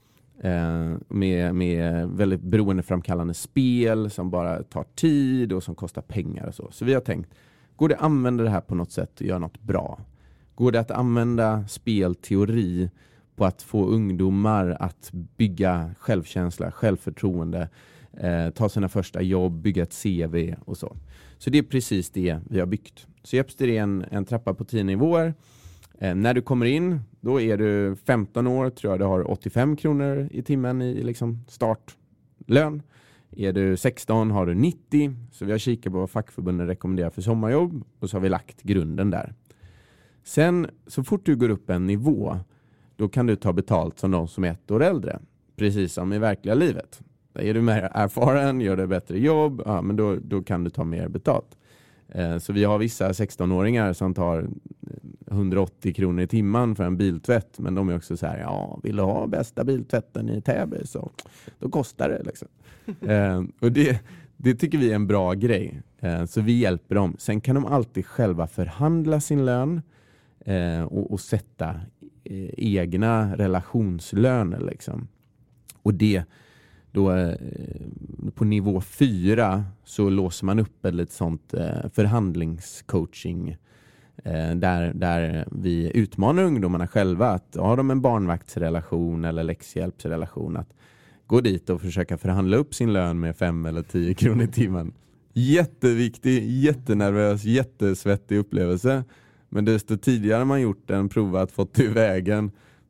Med väldigt beroendeframkallande spel som bara tar tid och som kostar pengar och så. Så vi har tänkt, går det att använda det här på något sätt och göra något bra? Går det att använda spelteori på att få ungdomar att bygga självkänsla, självförtroende, ta sina första jobb, bygga ett CV och så. Så det är precis det vi har byggt. Så Jepster är en trappa på 10 nivåer. När du kommer in, då är du 15 år, tror jag du har 85 kronor i timmen i liksom startlön. Är du 16 har du 90, så vi har kikat på vad fackförbunden rekommenderar för sommarjobb och så har vi lagt grunden där. Sen så fort du går upp en nivå, då kan du ta betalt som de som är 1 år äldre, precis som i verkliga livet. Är du mer erfaren, gör du bättre jobb, men då kan du ta mer betalt. Så vi har vissa 16-åringar som tar 180 kronor i timmen för en biltvätt, men de är också så här, vill du ha bästa biltvätten i Täby, så då kostar det liksom. Och det tycker vi är en bra grej. Så vi hjälper dem. Sen kan de alltid själva förhandla sin lön och sätta egna relationslöner liksom. Och det då på nivå 4 så låser man upp ett lite sånt förhandlingscoaching där vi utmanar ungdomarna själva att har de en barnvaktsrelation eller läxhjälpsrelation, att gå dit och försöka förhandla upp sin lön med 5 eller 10 kronor i timmen. Jätteviktig, jättenervös, jättesvettig upplevelse. Men desto tidigare man gjort den, provat, fått i vägen,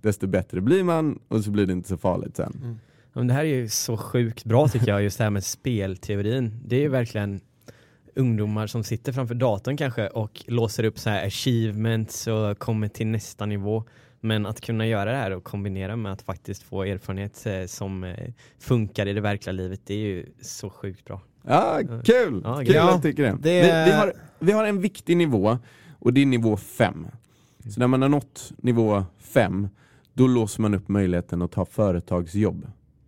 desto bättre blir man och så blir det inte så farligt sen. Men det här är ju så sjukt bra tycker jag, just det här med spelteorin. Det är ju verkligen ungdomar som sitter framför datorn kanske och låser upp så här achievements och kommer till nästa nivå. Men att kunna göra det här och kombinera med att faktiskt få erfarenhet som funkar i det verkliga livet, det är ju så sjukt bra. Ja, kul! Ja, Kul ja, jag tycker det. Vi har en viktig nivå och det är nivå 5. Så när man har nått nivå 5, då låser man upp möjligheten att ta företagsjobb.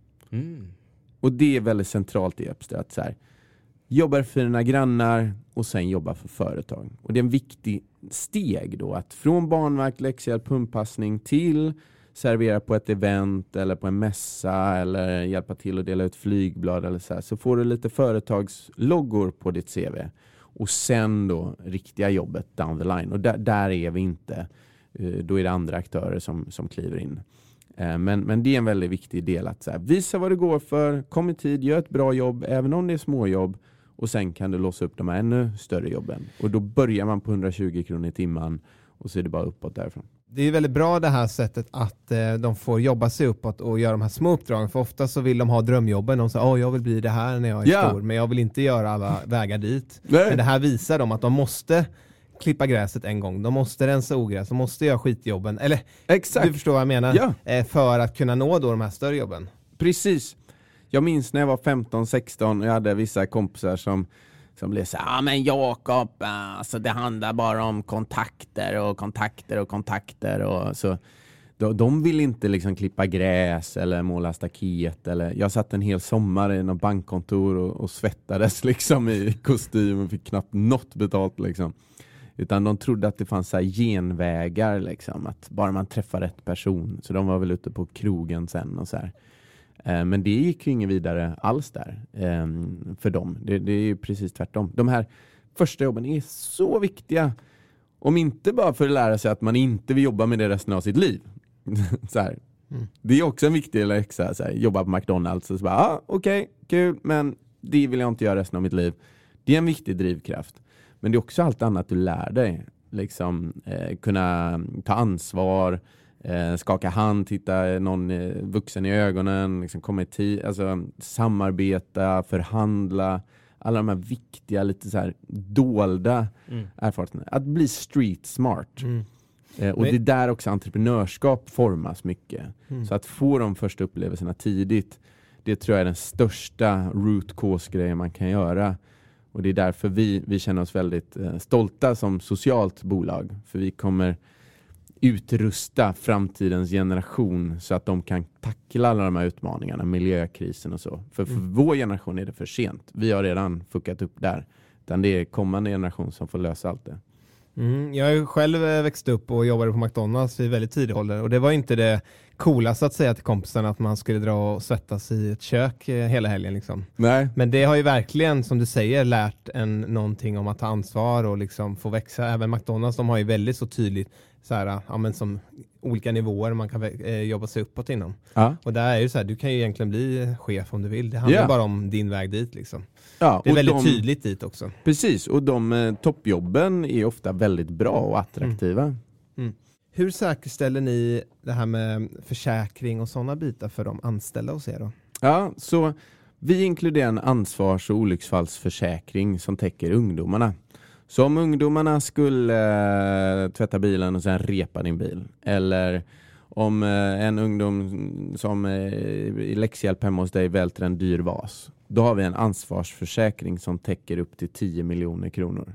Och det är väldigt centralt i Epster att så här, jobbar för dina grannar och sen jobbar för företag. Och det är en viktig steg då att från barnvakt, läxhjälp, pumpassning till servera på ett event eller på en mässa eller hjälpa till att dela ut flygblad eller så här, så får du lite företagsloggor på ditt CV. Och sen då riktiga jobbet down the line. Och där är vi inte. Då är det andra aktörer som kliver in. Men det är en väldigt viktig del att så här, visa vad det går för, kom i tid, gör ett bra jobb, även om det är småjobb. Och sen kan du låsa upp de här ännu större jobben. Och då börjar man på 120 kronor i timmen och så är det bara uppåt därifrån. Det är väldigt bra det här sättet att de får jobba sig uppåt och göra de här små uppdragen. För ofta så vill de ha drömjobben. De säger, jag vill bli det här när jag är stor. Men jag vill inte göra alla vägar dit. Nej. Men det här visar dem att de måste klippa gräset en gång. De måste rensa ogräs. De måste göra skitjobben. Eller, exakt. Du förstår vad jag menar. Ja. För att kunna nå då de här större jobben. Precis. Jag minns när jag var 15-16 och jag hade vissa kompisar som blev så här, men Jakob, alltså det handlar bara om kontakter och så de vill inte liksom klippa gräs eller måla staket eller jag satt en hel sommar i något bankkontor och svettades liksom i kostym och fick knappt något betalt liksom. Utan de trodde att det fanns så här genvägar liksom, att bara man träffar rätt person, så de var väl ute på krogen sen och så här. Men det gick ju ingen vidare alls där för dem. Det är ju precis tvärtom. De här första jobben är så viktiga. Om inte bara för att lära sig att man inte vill jobba med det resten av sitt liv. Så här. Det är också en viktig läxa. Så här, jobba på McDonalds och så bara, okej, kul, men det vill jag inte göra resten av mitt liv. Det är en viktig drivkraft. Men det är också allt annat du lär dig. Liksom, kunna ta ansvar, skaka hand, titta någon vuxen i ögonen, liksom komma i tid, alltså samarbeta, förhandla, alla de här viktiga, lite så här dolda erfarenheterna. Att bli street smart. Och det är där också entreprenörskap formas mycket. Så att få de första upplevelserna tidigt, det tror jag är den största root cause-grejen man kan göra. Och det är därför vi känner oss väldigt stolta som socialt bolag. För vi kommer utrusta framtidens generation så att de kan tackla alla de här utmaningarna, miljökrisen och så. För vår generation är det för sent. Vi har redan fuckat upp där. Utan det är kommande generation som får lösa allt det. Jag har ju själv växt upp och jobbade på McDonalds i väldigt tidig ålder. Och det var inte det coolaste att säga till kompisarna att man skulle dra och svettas i ett kök hela helgen. Liksom. Nej. Men det har ju verkligen, som du säger, lärt en någonting om att ta ansvar och liksom få växa. Även McDonalds, de har ju väldigt så tydligt så här, ja, men som olika nivåer man kan jobba sig uppåt inom. Ja. Och där är ju så här, du kan ju egentligen bli chef om du vill. Det handlar bara om din väg dit liksom. Ja, det är väldigt tydligt dit också. Precis, och de toppjobben är ofta väldigt bra och attraktiva. Hur säkerställer ni det här med försäkring och sådana bitar för de anställda hos er då? Ja, så vi inkluderar en ansvars- och olycksfallsförsäkring som täcker ungdomarna. Så om ungdomarna skulle tvätta bilen och sen repa din bil, eller om en ungdom som i läxhjälp hemma hos dig välter en dyr vas, då har vi en ansvarsförsäkring som täcker upp till 10 miljoner kronor.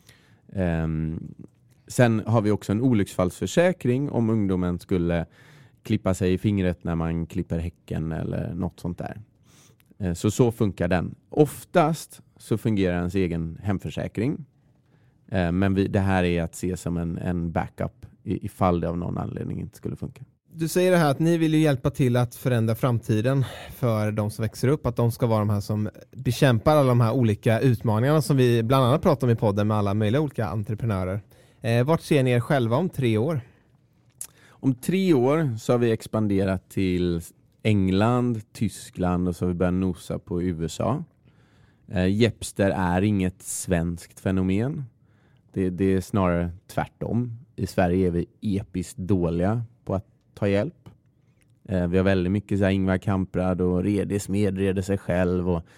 Sen har vi också en olycksfallsförsäkring om ungdomen skulle klippa sig i fingret när man klipper häcken eller något sånt där. Så funkar den. Oftast så fungerar ens egen hemförsäkring. Men det här är att se som en backup ifall det av någon anledning inte skulle funka. Du säger det här att ni vill ju hjälpa till att förändra framtiden för de som växer upp. Att de ska vara de här som bekämpar alla de här olika utmaningarna som vi bland annat pratar om i podden med alla möjliga olika entreprenörer. Vart ser ni er själva om 3 år? Om 3 år så har vi expanderat till England, Tyskland och så har vi börjat nosa på USA. Jepster är inget svenskt fenomen. Det är snarare tvärtom. I Sverige är vi episkt dåliga på att ta hjälp. Vi har väldigt mycket så här Ingvar Kamprad och smedreder sig själv och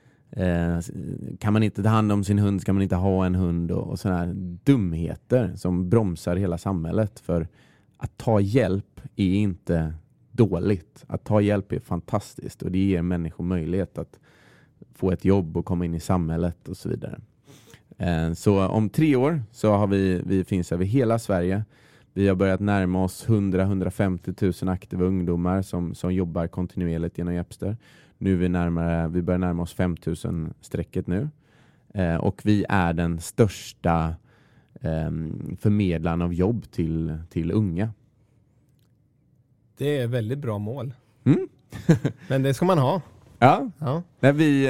kan man inte ta hand om sin hund ska man inte ha en hund och sådana här dumheter som bromsar hela samhället. För att ta hjälp är inte dåligt. Att ta hjälp är fantastiskt och det ger människor möjlighet att få ett jobb och komma in i samhället och så vidare. Så om 3 år så har vi finns över hela Sverige. Vi har börjat närma oss 100-150 000 aktiva ungdomar som jobbar kontinuerligt genom Jepster. Nu är vi börjar närma oss 5 000 strecket nu. Och vi är den största förmedlaren av jobb till unga. Det är väldigt bra mål. Mm. Men det ska man ha. Ja. Ja. Vi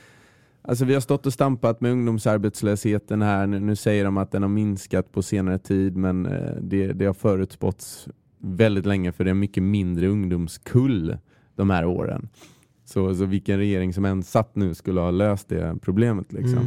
har stått och stampat med ungdomsarbetslösheten här. Nu säger de att den har minskat på senare tid, men det har förutspåtts väldigt länge för det är mycket mindre ungdomskull de här åren. Så vilken regering som än satt nu skulle ha löst det problemet liksom.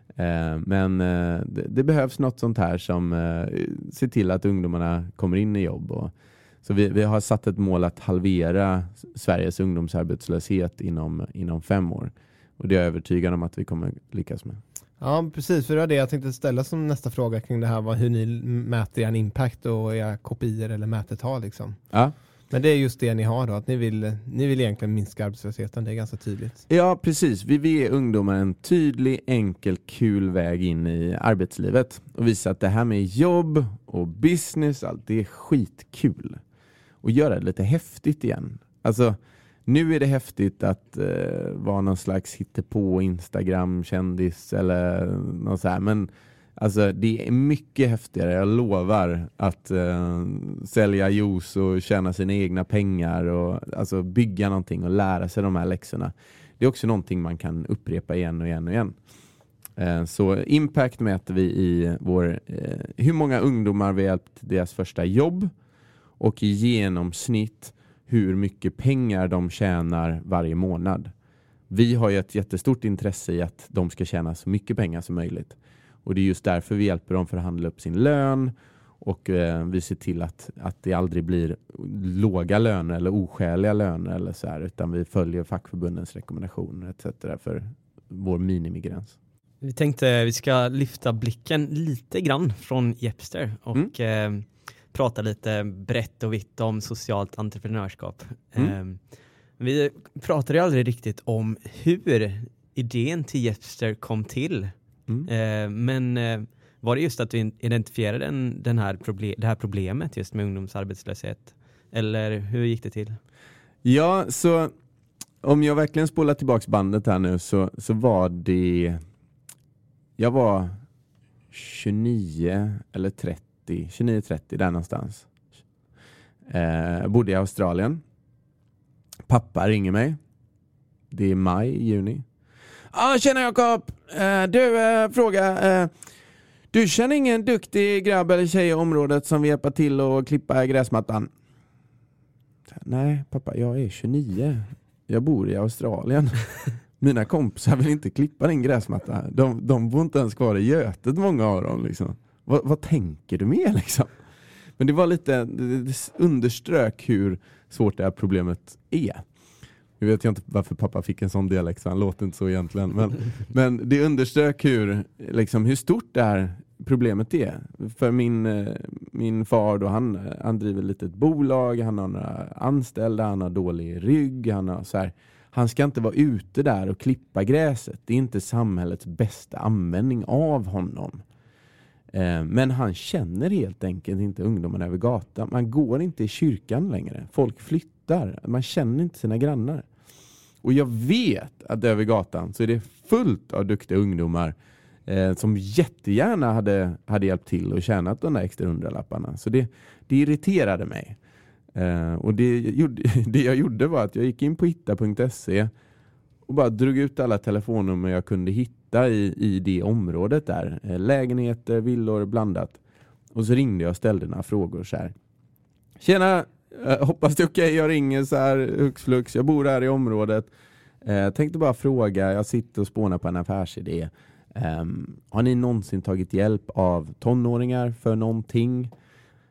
Men det behövs något sånt här som ser till att ungdomarna kommer in i jobb. Så vi har satt ett mål att halvera Sveriges ungdomsarbetslöshet inom 5 år. Och det är jag övertygad om att vi kommer lyckas med. Ja, precis. För det var det jag tänkte ställa som nästa fråga kring det här. Hur ni mäter er impact och era kopior eller mätetal liksom. Ja. Men det är just det ni har då. Att ni vill egentligen minska arbetslösheten. Det är ganska tydligt. Ja, precis. Vi vill ge ungdomar en tydlig, enkel, kul väg in i arbetslivet. Och visa att det här med jobb och business, allt det är skitkul. Och göra det lite häftigt igen. Alltså, nu är det häftigt att vara någon slags hittepå Instagram-kändis eller något så här. Men alltså, det är mycket häftigare, jag lovar, att sälja juice och tjäna sina egna pengar och alltså, bygga någonting och lära sig de här läxorna. Det är också någonting man kan upprepa igen och igen och igen. Så impact mäter vi i hur många ungdomar vi har hjälpt deras första jobb och i genomsnitt hur mycket pengar de tjänar varje månad. Vi har ju ett jättestort intresse i att de ska tjäna så mycket pengar som möjligt. Och det är just därför vi hjälper dem förhandla upp sin lön. Och vi ser till att det aldrig blir låga löner eller oskäliga löner eller så här. Utan vi följer fackförbundens rekommendationer etc. för vår minimigräns. Vi tänkte vi ska lyfta blicken lite grann från Jepster och prata lite brett och vitt om socialt entreprenörskap. Vi pratade ju aldrig riktigt om hur idén till Jepster kom till. Men var det just att du identifierade det här problemet just med ungdomsarbetslöshet? Eller hur gick det till? Ja, så om jag verkligen spolar tillbaks bandet här nu så var det... Jag var 29 eller 30, 29-30 där någonstans. Bodde i Australien. Pappa ringer mig. Det är maj, juni. Tjena Jakob. Fråga. Du känner ingen duktig grabb eller tjej i området som vill hjälpa till och klippa gräsmattan? Nej pappa, jag är 29. Jag bor i Australien. Mina kompisar vill inte klippa din gräsmatta. De bor inte ens kvar i Götet, många av dem liksom. Vad tänker du med liksom? Men det var lite, det underströk hur svårt det här problemet är. Nu vet jag inte varför pappa fick en sån dialekt, så han låter inte så egentligen. Men det underströk hur stort det här problemet är. För min far då, han driver lite ett bolag, han har några anställda, han har dålig rygg, han ska inte vara ute där och klippa gräset. Det är inte samhällets bästa användning av honom. Men han känner helt enkelt inte ungdomarna över gatan. Man går inte i kyrkan längre. Folk flyttar. Man känner inte sina grannar. Och jag vet att över gatan så är det fullt av duktiga ungdomar som jättegärna hade hjälpt till och tjänat de där extra 100-lapparna. Så det irriterade mig. Och det jag gjorde var att jag gick in på hitta.se och bara drog ut alla telefonnummer jag kunde hitta i det området där. Lägenheter, villor, blandat. Och så ringde jag och ställde några frågor så här. Tjena, hoppas det är okej. Jag ringer så här hux flux. Jag bor här i området. Tänkte bara fråga, jag sitter och spånar på en affärsidé. Har ni någonsin tagit hjälp av tonåringar för någonting?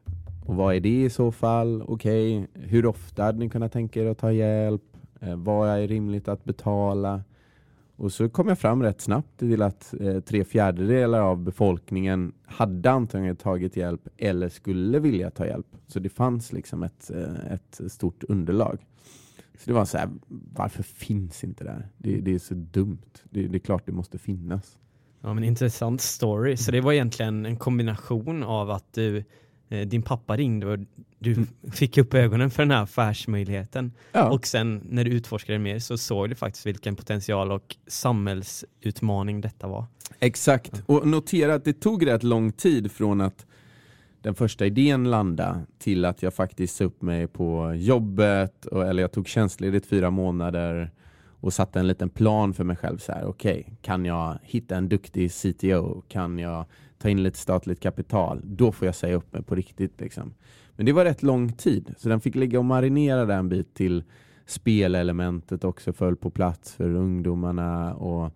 Och vad är det i så fall? Okej, hur ofta hade ni kunnat tänka er att ta hjälp? Vad är rimligt att betala? Och så kom jag fram rätt snabbt till att 3/4 av befolkningen hade antingen tagit hjälp eller skulle vilja ta hjälp. Så det fanns liksom ett stort underlag. Så det var så här, varför finns inte det här? Det är så dumt. Det är klart det måste finnas. Ja, men intressant story. Så det var egentligen en kombination av att din pappa ringde och du fick upp ögonen för den här affärsmöjligheten. Ja. Och sen när du utforskade mer så såg du faktiskt vilken potential och samhällsutmaning detta var. Exakt. Och notera att det tog rätt lång tid från att den första idén landade till att jag faktiskt sa upp mig på jobbet. Eller jag tog tjänstledigt 4 månader och satte en liten plan för mig själv. Så här, okej, kan jag hitta en duktig CTO? Kan jag ta in lite statligt kapital? Då får jag säga upp mig på riktigt. Liksom. Men det var rätt lång tid. Så den fick ligga och marinera där en bit till spelelementet också föll på plats för ungdomarna. Och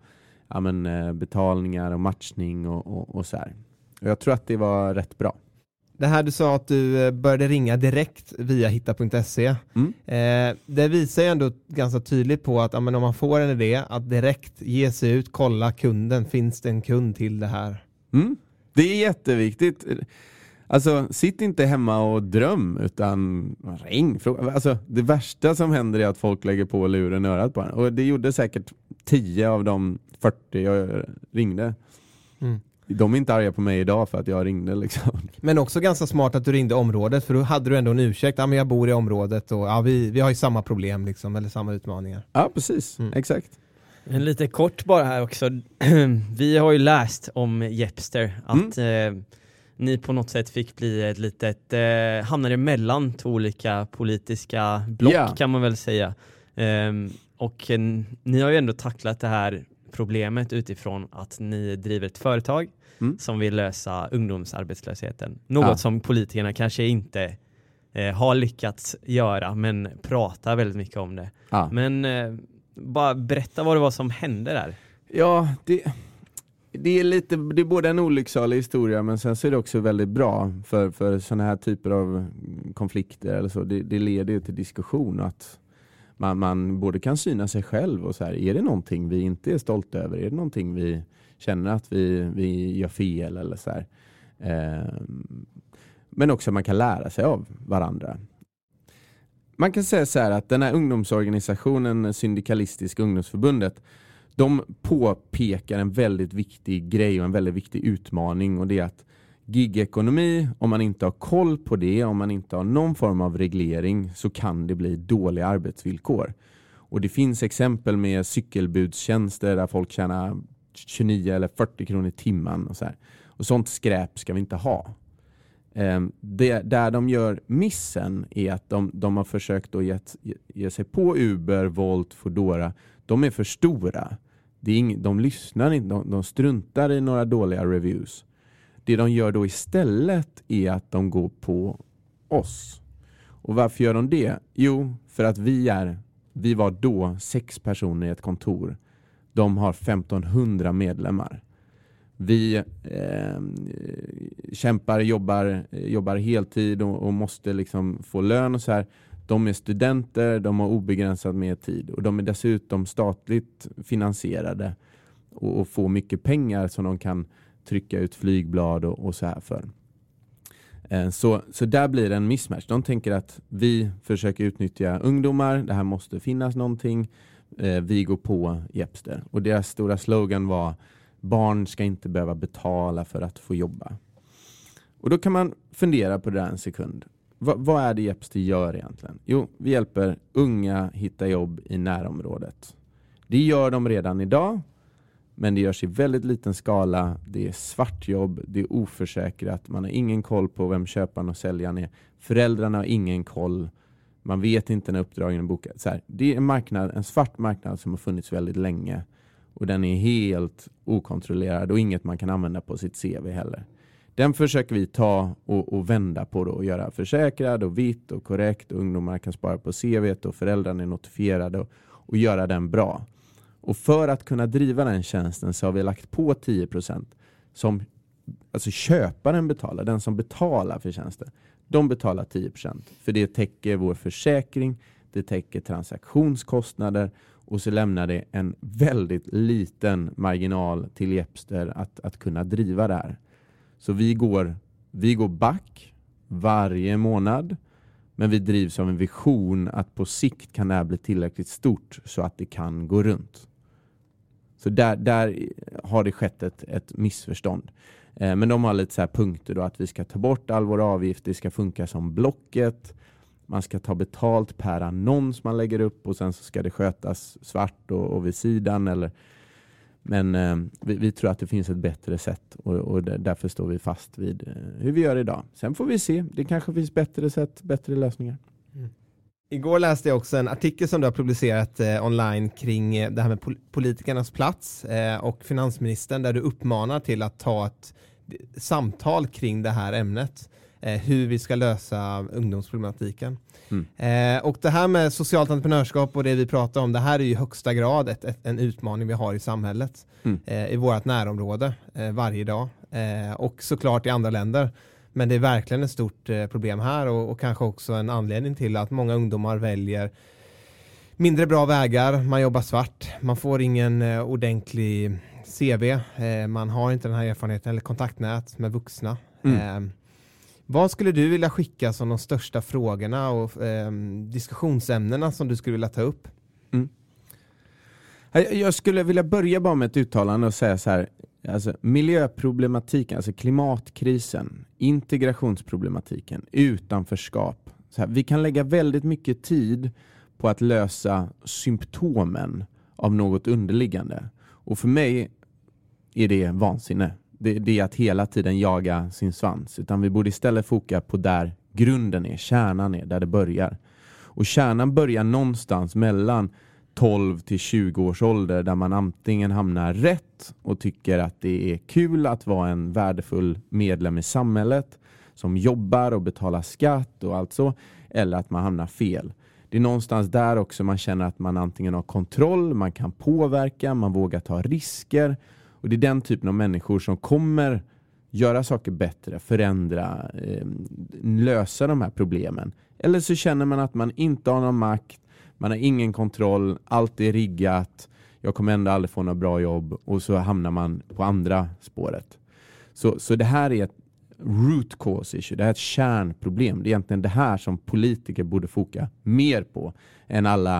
betalningar och matchning och så här. Och jag tror att det var rätt bra. Det här du sa att du började ringa direkt via hitta.se. Det visar ju ändå ganska tydligt på att om man får en idé att direkt ge sig ut, kolla kunden. Finns det en kund till det här? Det är jätteviktigt. Alltså, sitt inte hemma och dröm utan ring. Alltså, det värsta som händer är att folk lägger på luren i örat på den. Och det gjorde säkert 10 av de 40 jag ringde. De är inte arga på mig idag för att jag ringde liksom. Men också ganska smart att du ringde området, för då hade du ändå en ursäkt. Ja, men jag bor i området och vi har ju samma problem liksom, eller samma utmaningar. Ja, precis. Exakt. En lite kort bara här också. Vi har ju läst om Jepster att ni på något sätt fick bli ett litet hamnade mellan 2 olika politiska block kan man väl säga. Och ni har ju ändå tacklat det här problemet utifrån att ni driver ett företag som vill lösa ungdomsarbetslösheten. Något som politikerna kanske inte har lyckats göra, men pratar väldigt mycket om det. Men bara berätta vad det var som hände där. Ja, det är både en olycksalig historia, men sen så är det också väldigt bra för sådana här typer av konflikter eller så. Det leder ju till diskussion att man både kan syna sig själv och så här, är det någonting vi inte är stolta över? Är det någonting vi känner att vi gör fel eller så här? Men också man kan lära sig av varandra. Man kan säga så här att den här ungdomsorganisationen, Syndikalistiska ungdomsförbundet, de påpekar en väldigt viktig grej och en väldigt viktig utmaning, och det är att gigekonomi, om man inte har koll på det, om man inte har någon form av reglering, så kan det bli dåliga arbetsvillkor. Och det finns exempel med cykelbudstjänster där folk tjänar 29 eller 40 kronor i timmen och så här. Och sånt skräp ska vi inte ha. Där de gör missen är att de har försökt att ge sig på Uber, Volt, Foodora. De är för stora. De lyssnar inte, de struntar i några dåliga reviews. Det de gör då istället är att de går på oss. Och varför gör de det? Jo, för att vi var då 6 personer i ett kontor. De har 1500 medlemmar. Vi jobbar heltid och måste liksom få lön och så här. De är studenter, de har obegränsat med tid och de är dessutom statligt finansierade och får mycket pengar som de kan trycka ut flygblad och så här för. Så där blir det en mismatch. De tänker att vi försöker utnyttja ungdomar, det här måste finnas någonting, vi går på Jepster. Och deras stora slogan var: barn ska inte behöva betala för att få jobba. Och då kan man fundera på det där en sekund. Vad är det Jepster gör egentligen? Jo, vi hjälper unga hitta jobb i närområdet. Det gör de redan idag, men det görs i väldigt liten skala. Det är svartjobb, det är oförsäkrat. Man har ingen koll på vem köparen och säljaren är. Föräldrarna har ingen koll. Man vet inte när uppdragen är bokade. Så här, det är en svart marknad som har funnits väldigt länge. Och den är helt okontrollerad och inget man kan använda på sitt CV heller. Den försöker vi ta och vända på då och göra försäkrad och vitt och korrekt. Och ungdomar kan spara på CV:t och föräldrarna är notifierade och göra den bra. Och för att kunna driva den tjänsten så har vi lagt på 10% som alltså köparen betalar, den som betalar för tjänsten. de betalar 10%. För det täcker vår försäkring, det täcker transaktionskostnader och så lämnar det en väldigt liten marginal till Jepster att kunna driva det här. Så vi går back varje månad, men vi drivs av en vision att på sikt kan det här bli tillräckligt stort så att det kan gå runt. Så där har det skett ett missförstånd. Men de har lite så här punkter då, att vi ska ta bort all vår avgift, det ska funka som Blocket, man ska ta betalt per annons man lägger upp och sen så ska det skötas svart och vid sidan. Men vi tror att det finns ett bättre sätt och därför står vi fast vid hur vi gör idag. Sen får vi se, det kanske finns bättre sätt, bättre lösningar. Mm. Igår läste jag också en artikel som du har publicerat online kring det här med politikernas plats och finansministern, där du uppmanar till att ta ett samtal kring det här ämnet. Hur vi ska lösa ungdomsproblematiken. Och det här med socialt entreprenörskap och det vi pratar om, det här är ju i högsta grad en utmaning vi har i samhället. I vårt närområde varje dag. Och såklart i andra länder. Men det är verkligen ett stort problem här och kanske också en anledning till att många ungdomar väljer mindre bra vägar, man jobbar svart, man får ingen ordentlig CV, man har inte den här erfarenheten eller kontaktnät med vuxna. Vad skulle du vilja skicka som de största frågorna och diskussionsämnena som du skulle vilja ta upp? Jag skulle vilja börja bara med ett uttalande och säga så här, alltså miljöproblematiken, alltså klimatkrisen, integrationsproblematiken, utanförskap. Så här, vi kan lägga väldigt mycket tid på att lösa symptomen av något underliggande. Och för mig är det vansinne. Det är att hela tiden jaga sin svans. Utan vi borde istället foka på där grunden är, kärnan är, där det börjar. Och kärnan börjar någonstans mellan 12 till 20 års ålder, där man antingen hamnar rätt och tycker att det är kul att vara en värdefull medlem i samhället som jobbar och betalar skatt och allt så, eller att man hamnar fel. Det är någonstans där också man känner att man antingen har kontroll, man kan påverka, man vågar ta risker. Och det är den typen av människor som kommer göra saker bättre, förändra, lösa de här problemen. Eller så känner man att man inte har någon makt, man har ingen kontroll, allt är riggat, jag kommer ändå aldrig få något bra jobb, och så hamnar man på andra spåret. Så det här är ett root cause issue, det här är ett kärnproblem. Det är egentligen det här som politiker borde foka mer på än alla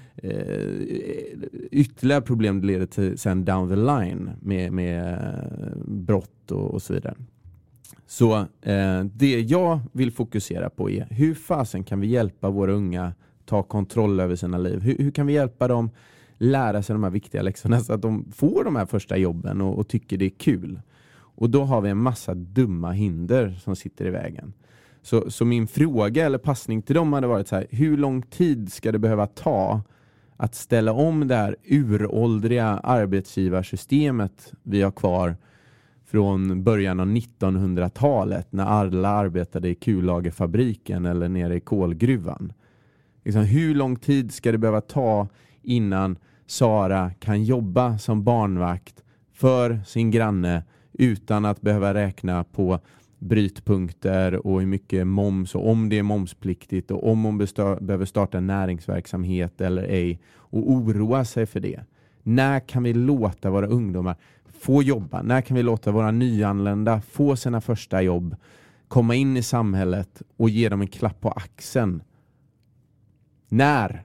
ytterligare problem det leder till sen down the line med brott och så vidare. Så det jag vill fokusera på är hur fasen kan vi hjälpa våra unga ta kontroll över sina liv? Hur kan vi hjälpa dem lära sig de här viktiga läxorna så att de får de här första jobben och tycker det är kul? Och då har vi en massa dumma hinder som sitter i vägen. Så min fråga eller passning till dem hade varit så här: hur lång tid ska det behöva ta att ställa om det här uråldriga arbetsgivarsystemet vi har kvar från början av 1900-talet när alla arbetade i kullagerfabriken eller nere i kolgruvan? Liksom, hur lång tid ska det behöva ta innan Sara kan jobba som barnvakt för sin granne utan att behöva räkna på brytpunkter och hur mycket moms och om det är momspliktigt och om hon behöver starta en näringsverksamhet eller ej, och oroa sig för det? När kan vi låta våra ungdomar få jobba? När kan vi låta våra nyanlända få sina första jobb, komma in i samhället och ge dem en klapp på axeln? När?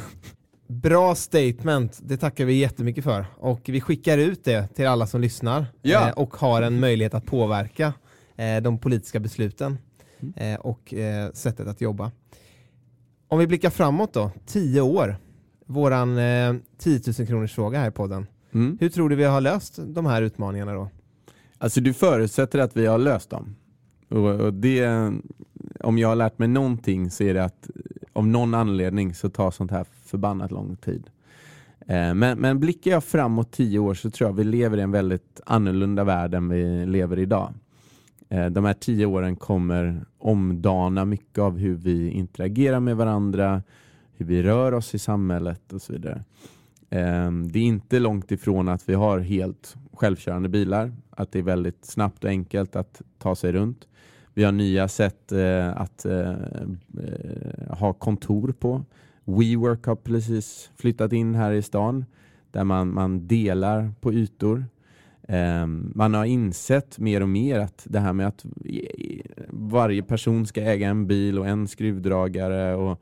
Bra statement, det tackar vi jättemycket för. Och vi skickar ut det till alla som lyssnar och har en möjlighet att påverka de politiska besluten och sättet att jobba. Om vi blickar framåt då, 10 år, våran 10 000 kronors fråga här i podden. Hur tror du vi har löst de här utmaningarna då? Alltså du förutsätter att vi har löst dem. Och det, om jag har lärt mig någonting, så är det att av någon anledning så tar sånt här förbannat lång tid. Men blickar jag framåt 10 år så tror jag vi lever i en väldigt annorlunda värld än vi lever idag. De här 10 åren kommer omdana mycket av hur vi interagerar med varandra, hur vi rör oss i samhället och så vidare. Det är inte långt ifrån att vi har helt självkörande bilar, att det är väldigt snabbt och enkelt att ta sig runt. Vi har nya sätt att ha kontor på. WeWork har precis flyttat in här i stan där man delar på ytor. Man har insett mer och mer att det här med att varje person ska äga en bil och en skruvdragare och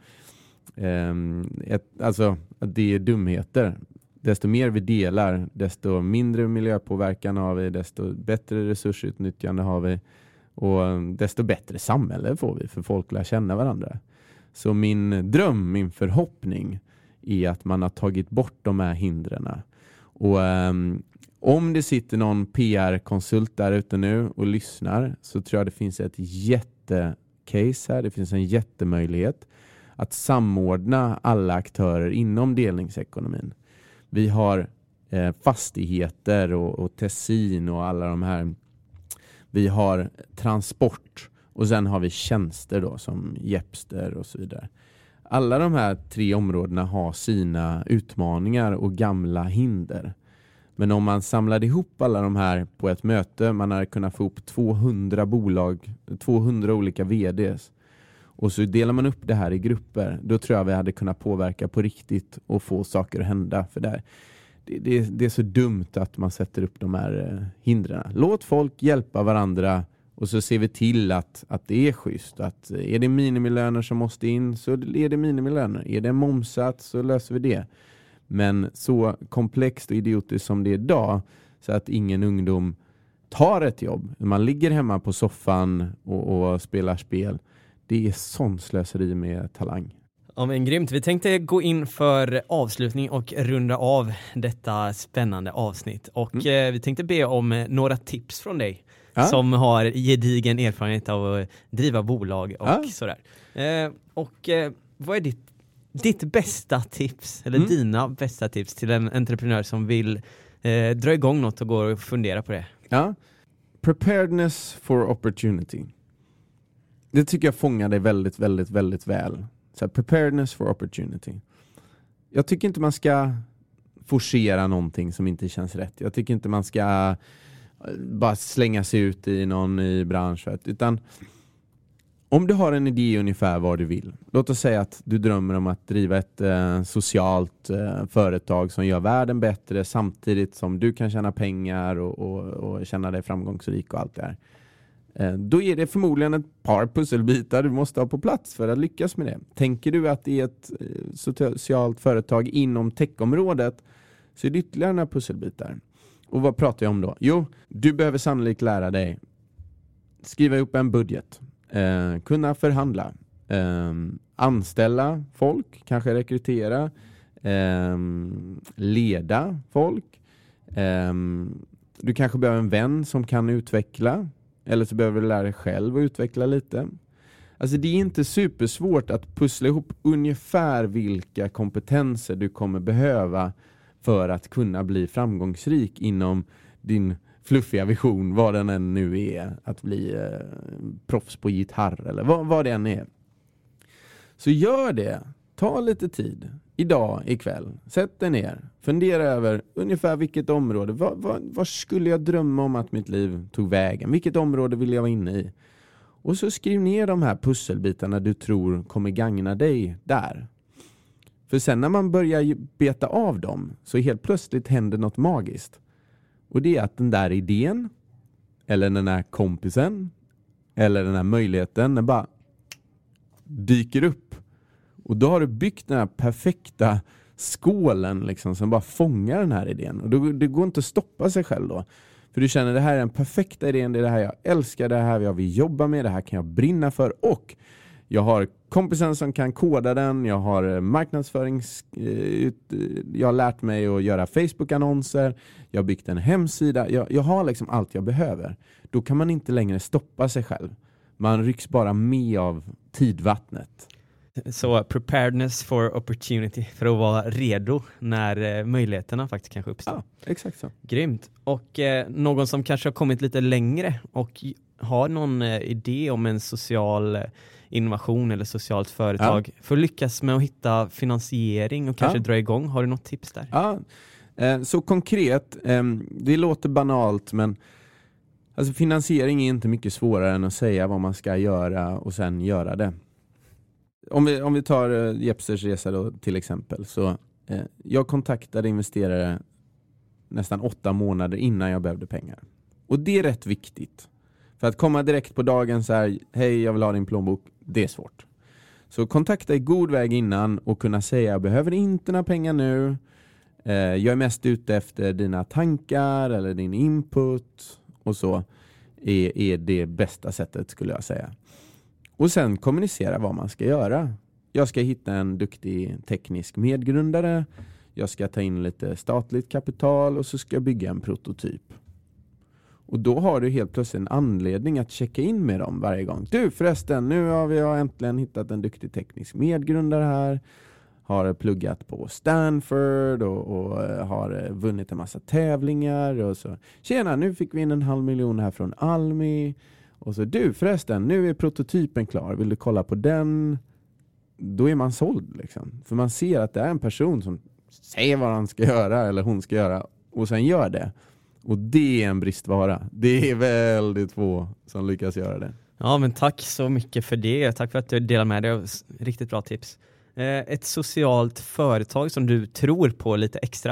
alltså att det är dumheter. Desto mer vi delar, desto mindre miljöpåverkan har vi, desto bättre resursutnyttjande har vi och desto bättre samhälle får vi för folk lär känna varandra. Så min dröm, min förhoppning är att man har tagit bort de här hindren. Och om det sitter någon PR-konsult där ute nu och lyssnar så tror jag det finns ett jättecase här. Det finns en jättemöjlighet att samordna alla aktörer inom delningsekonomin. Vi har fastigheter och Tessin och alla de här. Vi har transport och sen har vi tjänster då som Jepster och så vidare. Alla de här 3 områdena har sina utmaningar och gamla hinder. Men om man samlade ihop alla de här på ett möte, man hade kunnat få upp 200 bolag, 200 olika vds. Och så delar man upp det här i grupper. Då tror jag vi hade kunnat påverka på riktigt och få saker att hända. För det är så dumt att man sätter upp de här hindren. Låt folk hjälpa varandra och så ser vi till att det är schysst. Att är det minimilöner som måste in så är det minimilöner. Är det en momsats så löser vi det. Men så komplext och idiotiskt som det är idag så att ingen ungdom tar ett jobb. Man ligger hemma på soffan och spelar spel. Det är sån slöseri med talang. Ja, men grymt. Vi tänkte gå in för avslutning och runda av detta spännande avsnitt. Och vi tänkte be om några tips från dig som har gedigen erfarenhet av att driva bolag och sådär. Vad är ditt bästa tips eller dina bästa tips till en entreprenör som vill dra igång något och gå och fundera på det? Ja. Preparedness for opportunity. Det tycker jag fångar dig väldigt, väldigt, väldigt väl. Så här, preparedness for opportunity. Jag tycker inte man ska forcera någonting som inte känns rätt. Jag tycker inte man ska bara slänga sig ut i någon ny bransch. Utan om du har en idé ungefär vad du vill. Låt oss säga att du drömmer om att driva ett socialt företag som gör världen bättre samtidigt som du kan tjäna pengar och känna dig framgångsrik och allt det här. Då är det förmodligen ett par pusselbitar du måste ha på plats för att lyckas med det. Tänker du att det är ett socialt företag inom techområdet så är det ytterligare några pusselbitar. Och vad pratar jag om då? Jo, du behöver sannolikt lära dig skriva upp en budget, kunna förhandla, anställa folk, kanske rekrytera, leda folk. Du kanske behöver en vän som kan utveckla. Eller så behöver du lära dig själv att utveckla lite. Alltså det är inte supersvårt att pussla ihop ungefär vilka kompetenser du kommer behöva för att kunna bli framgångsrik inom din fluffiga vision, vad den än nu är. Att bli proffs på gitarr eller vad det än är. Så gör det. Ta lite tid. Idag, ikväll. Sätt dig ner. Fundera över ungefär vilket område. Vad skulle jag drömma om att mitt liv tog vägen? Vilket område vill jag vara inne i? Och så skriv ner de här pusselbitarna du tror kommer gagna dig där. För sen när man börjar beta av dem så helt plötsligt händer något magiskt. Och det är att den där idén eller den här kompisen eller den här möjligheten den bara dyker upp. Och då har du byggt den här perfekta skålen liksom, som bara fångar den här idén. Och det går inte att stoppa sig själv då. För du känner det här är den perfekta idén, det är det här jag älskar, det här jag vill jobba med, det här kan jag brinna för. Och jag har kompisen som kan koda den, jag har jag har lärt mig att göra Facebook-annonser, jag har byggt en hemsida, jag har liksom allt jag behöver. Då kan man inte längre stoppa sig själv. Man rycks bara med av tidvattnet. Så preparedness for opportunity för att vara redo när möjligheterna faktiskt kanske uppstår. Ja, exakt så. Grymt. Och någon som kanske har kommit lite längre och har någon idé om en social innovation eller socialt företag för att lyckas med att hitta finansiering och kanske dra igång. Har du något tips där? Ja, så konkret, det låter banalt men Alltså finansiering är inte mycket svårare än att säga vad man ska göra och sen göra det. Om vi tar Jepsters resa då till exempel, så jag kontaktade investerare nästan 8 månader innan jag behövde pengar. Och det är rätt viktigt. För att komma direkt på dagen så här, hej jag vill ha din plånbok, det är svårt. Så kontakta i god väg innan och kunna säga, jag behöver inte några pengar nu. Jag är mest ute efter dina tankar eller din input och så är det bästa sättet skulle jag säga. Och sen kommunicera vad man ska göra. Jag ska hitta en duktig teknisk medgrundare. Jag ska ta in lite statligt kapital och så ska jag bygga en prototyp. Och då har du helt plötsligt en anledning att checka in med dem varje gång. Du förresten, nu har vi äntligen hittat en duktig teknisk medgrundare här. Har pluggat på Stanford och har vunnit en massa tävlingar. Och så. Tjena, nu fick vi in 500 000 här från Almi. Och så, du förresten, nu är prototypen klar. Vill du kolla på den? Då är man såld liksom. För man ser att det är en person som säger vad han ska göra eller hon ska göra och sen gör det. Och det är en bristvara. Det är väldigt få som lyckas göra det. Ja, men tack så mycket för det. Tack för att du delar med dig av riktigt bra tips. Ett socialt företag som du tror på lite extra?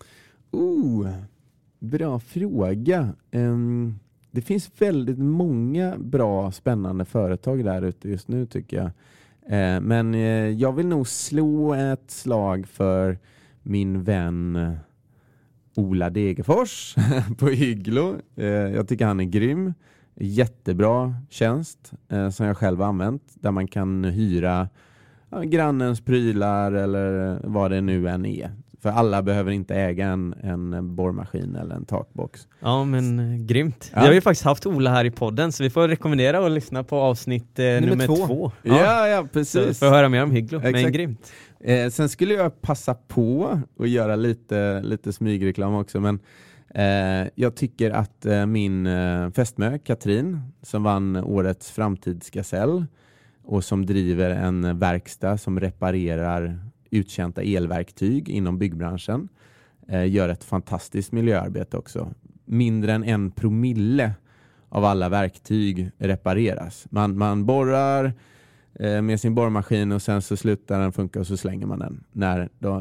Bra fråga. Det finns väldigt många bra, spännande företag där ute just nu tycker jag. Men jag vill nog slå ett slag för min vän Ola Degerfors på Hygglo. Jag tycker han är grym. Jättebra tjänst som jag själv har använt. Där man kan hyra grannens prylar eller vad det nu än är. För alla behöver inte äga en borrmaskin eller en takbox. Ja, men grymt. Ja. Vi har ju faktiskt haft Ola här i podden, så vi får rekommendera att lyssna på avsnitt nummer 2. Ja, precis. För att höra mer om Hygglo. Exakt. Men grymt. Sen skulle jag passa på att göra lite smygreklam också. Men jag tycker att min fästmö Katrin, som vann årets framtidsgasell och som driver en verkstad som reparerar uttjänta elverktyg inom byggbranschen, gör ett fantastiskt miljöarbete också. Mindre än 1% av alla verktyg repareras. Man borrar med sin borrmaskin och sen så slutar den funka och så slänger man den när då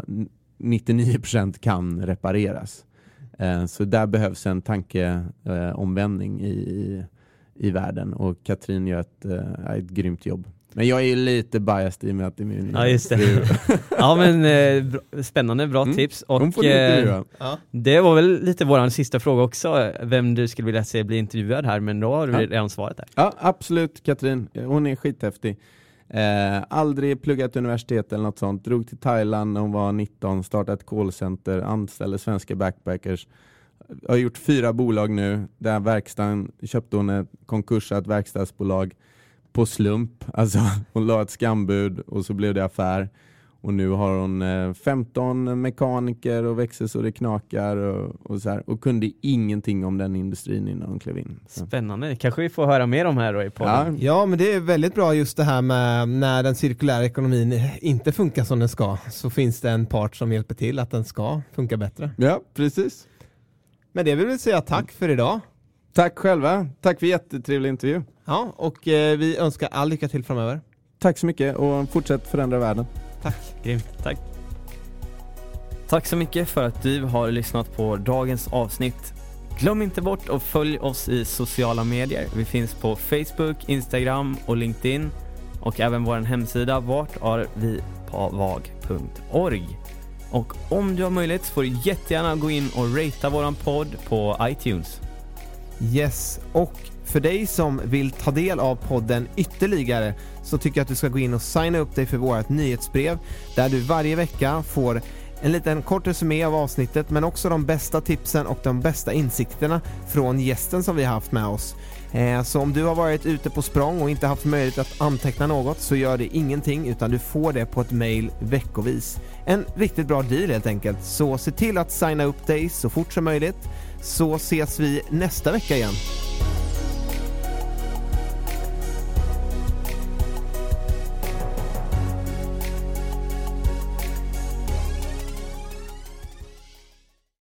99% kan repareras. Så där behövs en tankeomvändning i världen och Katrin gör ett grymt jobb. Men jag är lite biased i med att det är min just det. Ja, men spännande, bra tips. Och det var väl lite våran sista fråga också, vem du skulle vilja se bli intervjuad här, men då har du redan svarat där. Ja, absolut, Katrin. Hon är skithäftig. Aldrig pluggat universitet eller något sånt. Drog till Thailand när hon var 19, startade ett callcenter, anställde svenska backpackers. Har gjort 4 bolag nu. Där verkstaden köpte hon ett konkursat verkstadsbolag på slump. Alltså hon la ett skambud och så blev det affär. Och nu har hon 15 mekaniker och växer så det knakar och så här. Och kunde ingenting om den industrin innan hon klev in. Så. Spännande. Kanske vi får höra mer om här då i podden. Ja, men det är väldigt bra just det här med när den cirkulära ekonomin inte funkar som den ska. Så finns det en part som hjälper till att den ska funka bättre. Ja, precis. Men det vill säga tack för idag. Tack själva. Tack för jättetrevlig intervju. Ja, och vi önskar all lycka till framöver. Tack så mycket och fortsätt förändra världen. Tack. Grymt, tack. Tack så mycket för att du har lyssnat på dagens avsnitt. Glöm inte bort att följ oss i sociala medier. Vi finns på Facebook, Instagram och LinkedIn. Och även vår hemsida vartarvipavag.org. Och om du har möjlighet så får du jättegärna gå in och ratea våran podd på iTunes. Yes, och för dig som vill ta del av podden ytterligare så tycker jag att du ska gå in och signa upp dig för vårt nyhetsbrev där du varje vecka får en liten kort resumé av avsnittet men också de bästa tipsen och de bästa insikterna från gästen som vi har haft med oss. Så om du har varit ute på språng och inte haft möjlighet att anteckna något så gör det ingenting utan du får det på ett mejl veckovis. En riktigt bra deal helt enkelt. Så se till att signa upp dig så fort som möjligt så ses vi nästa vecka igen.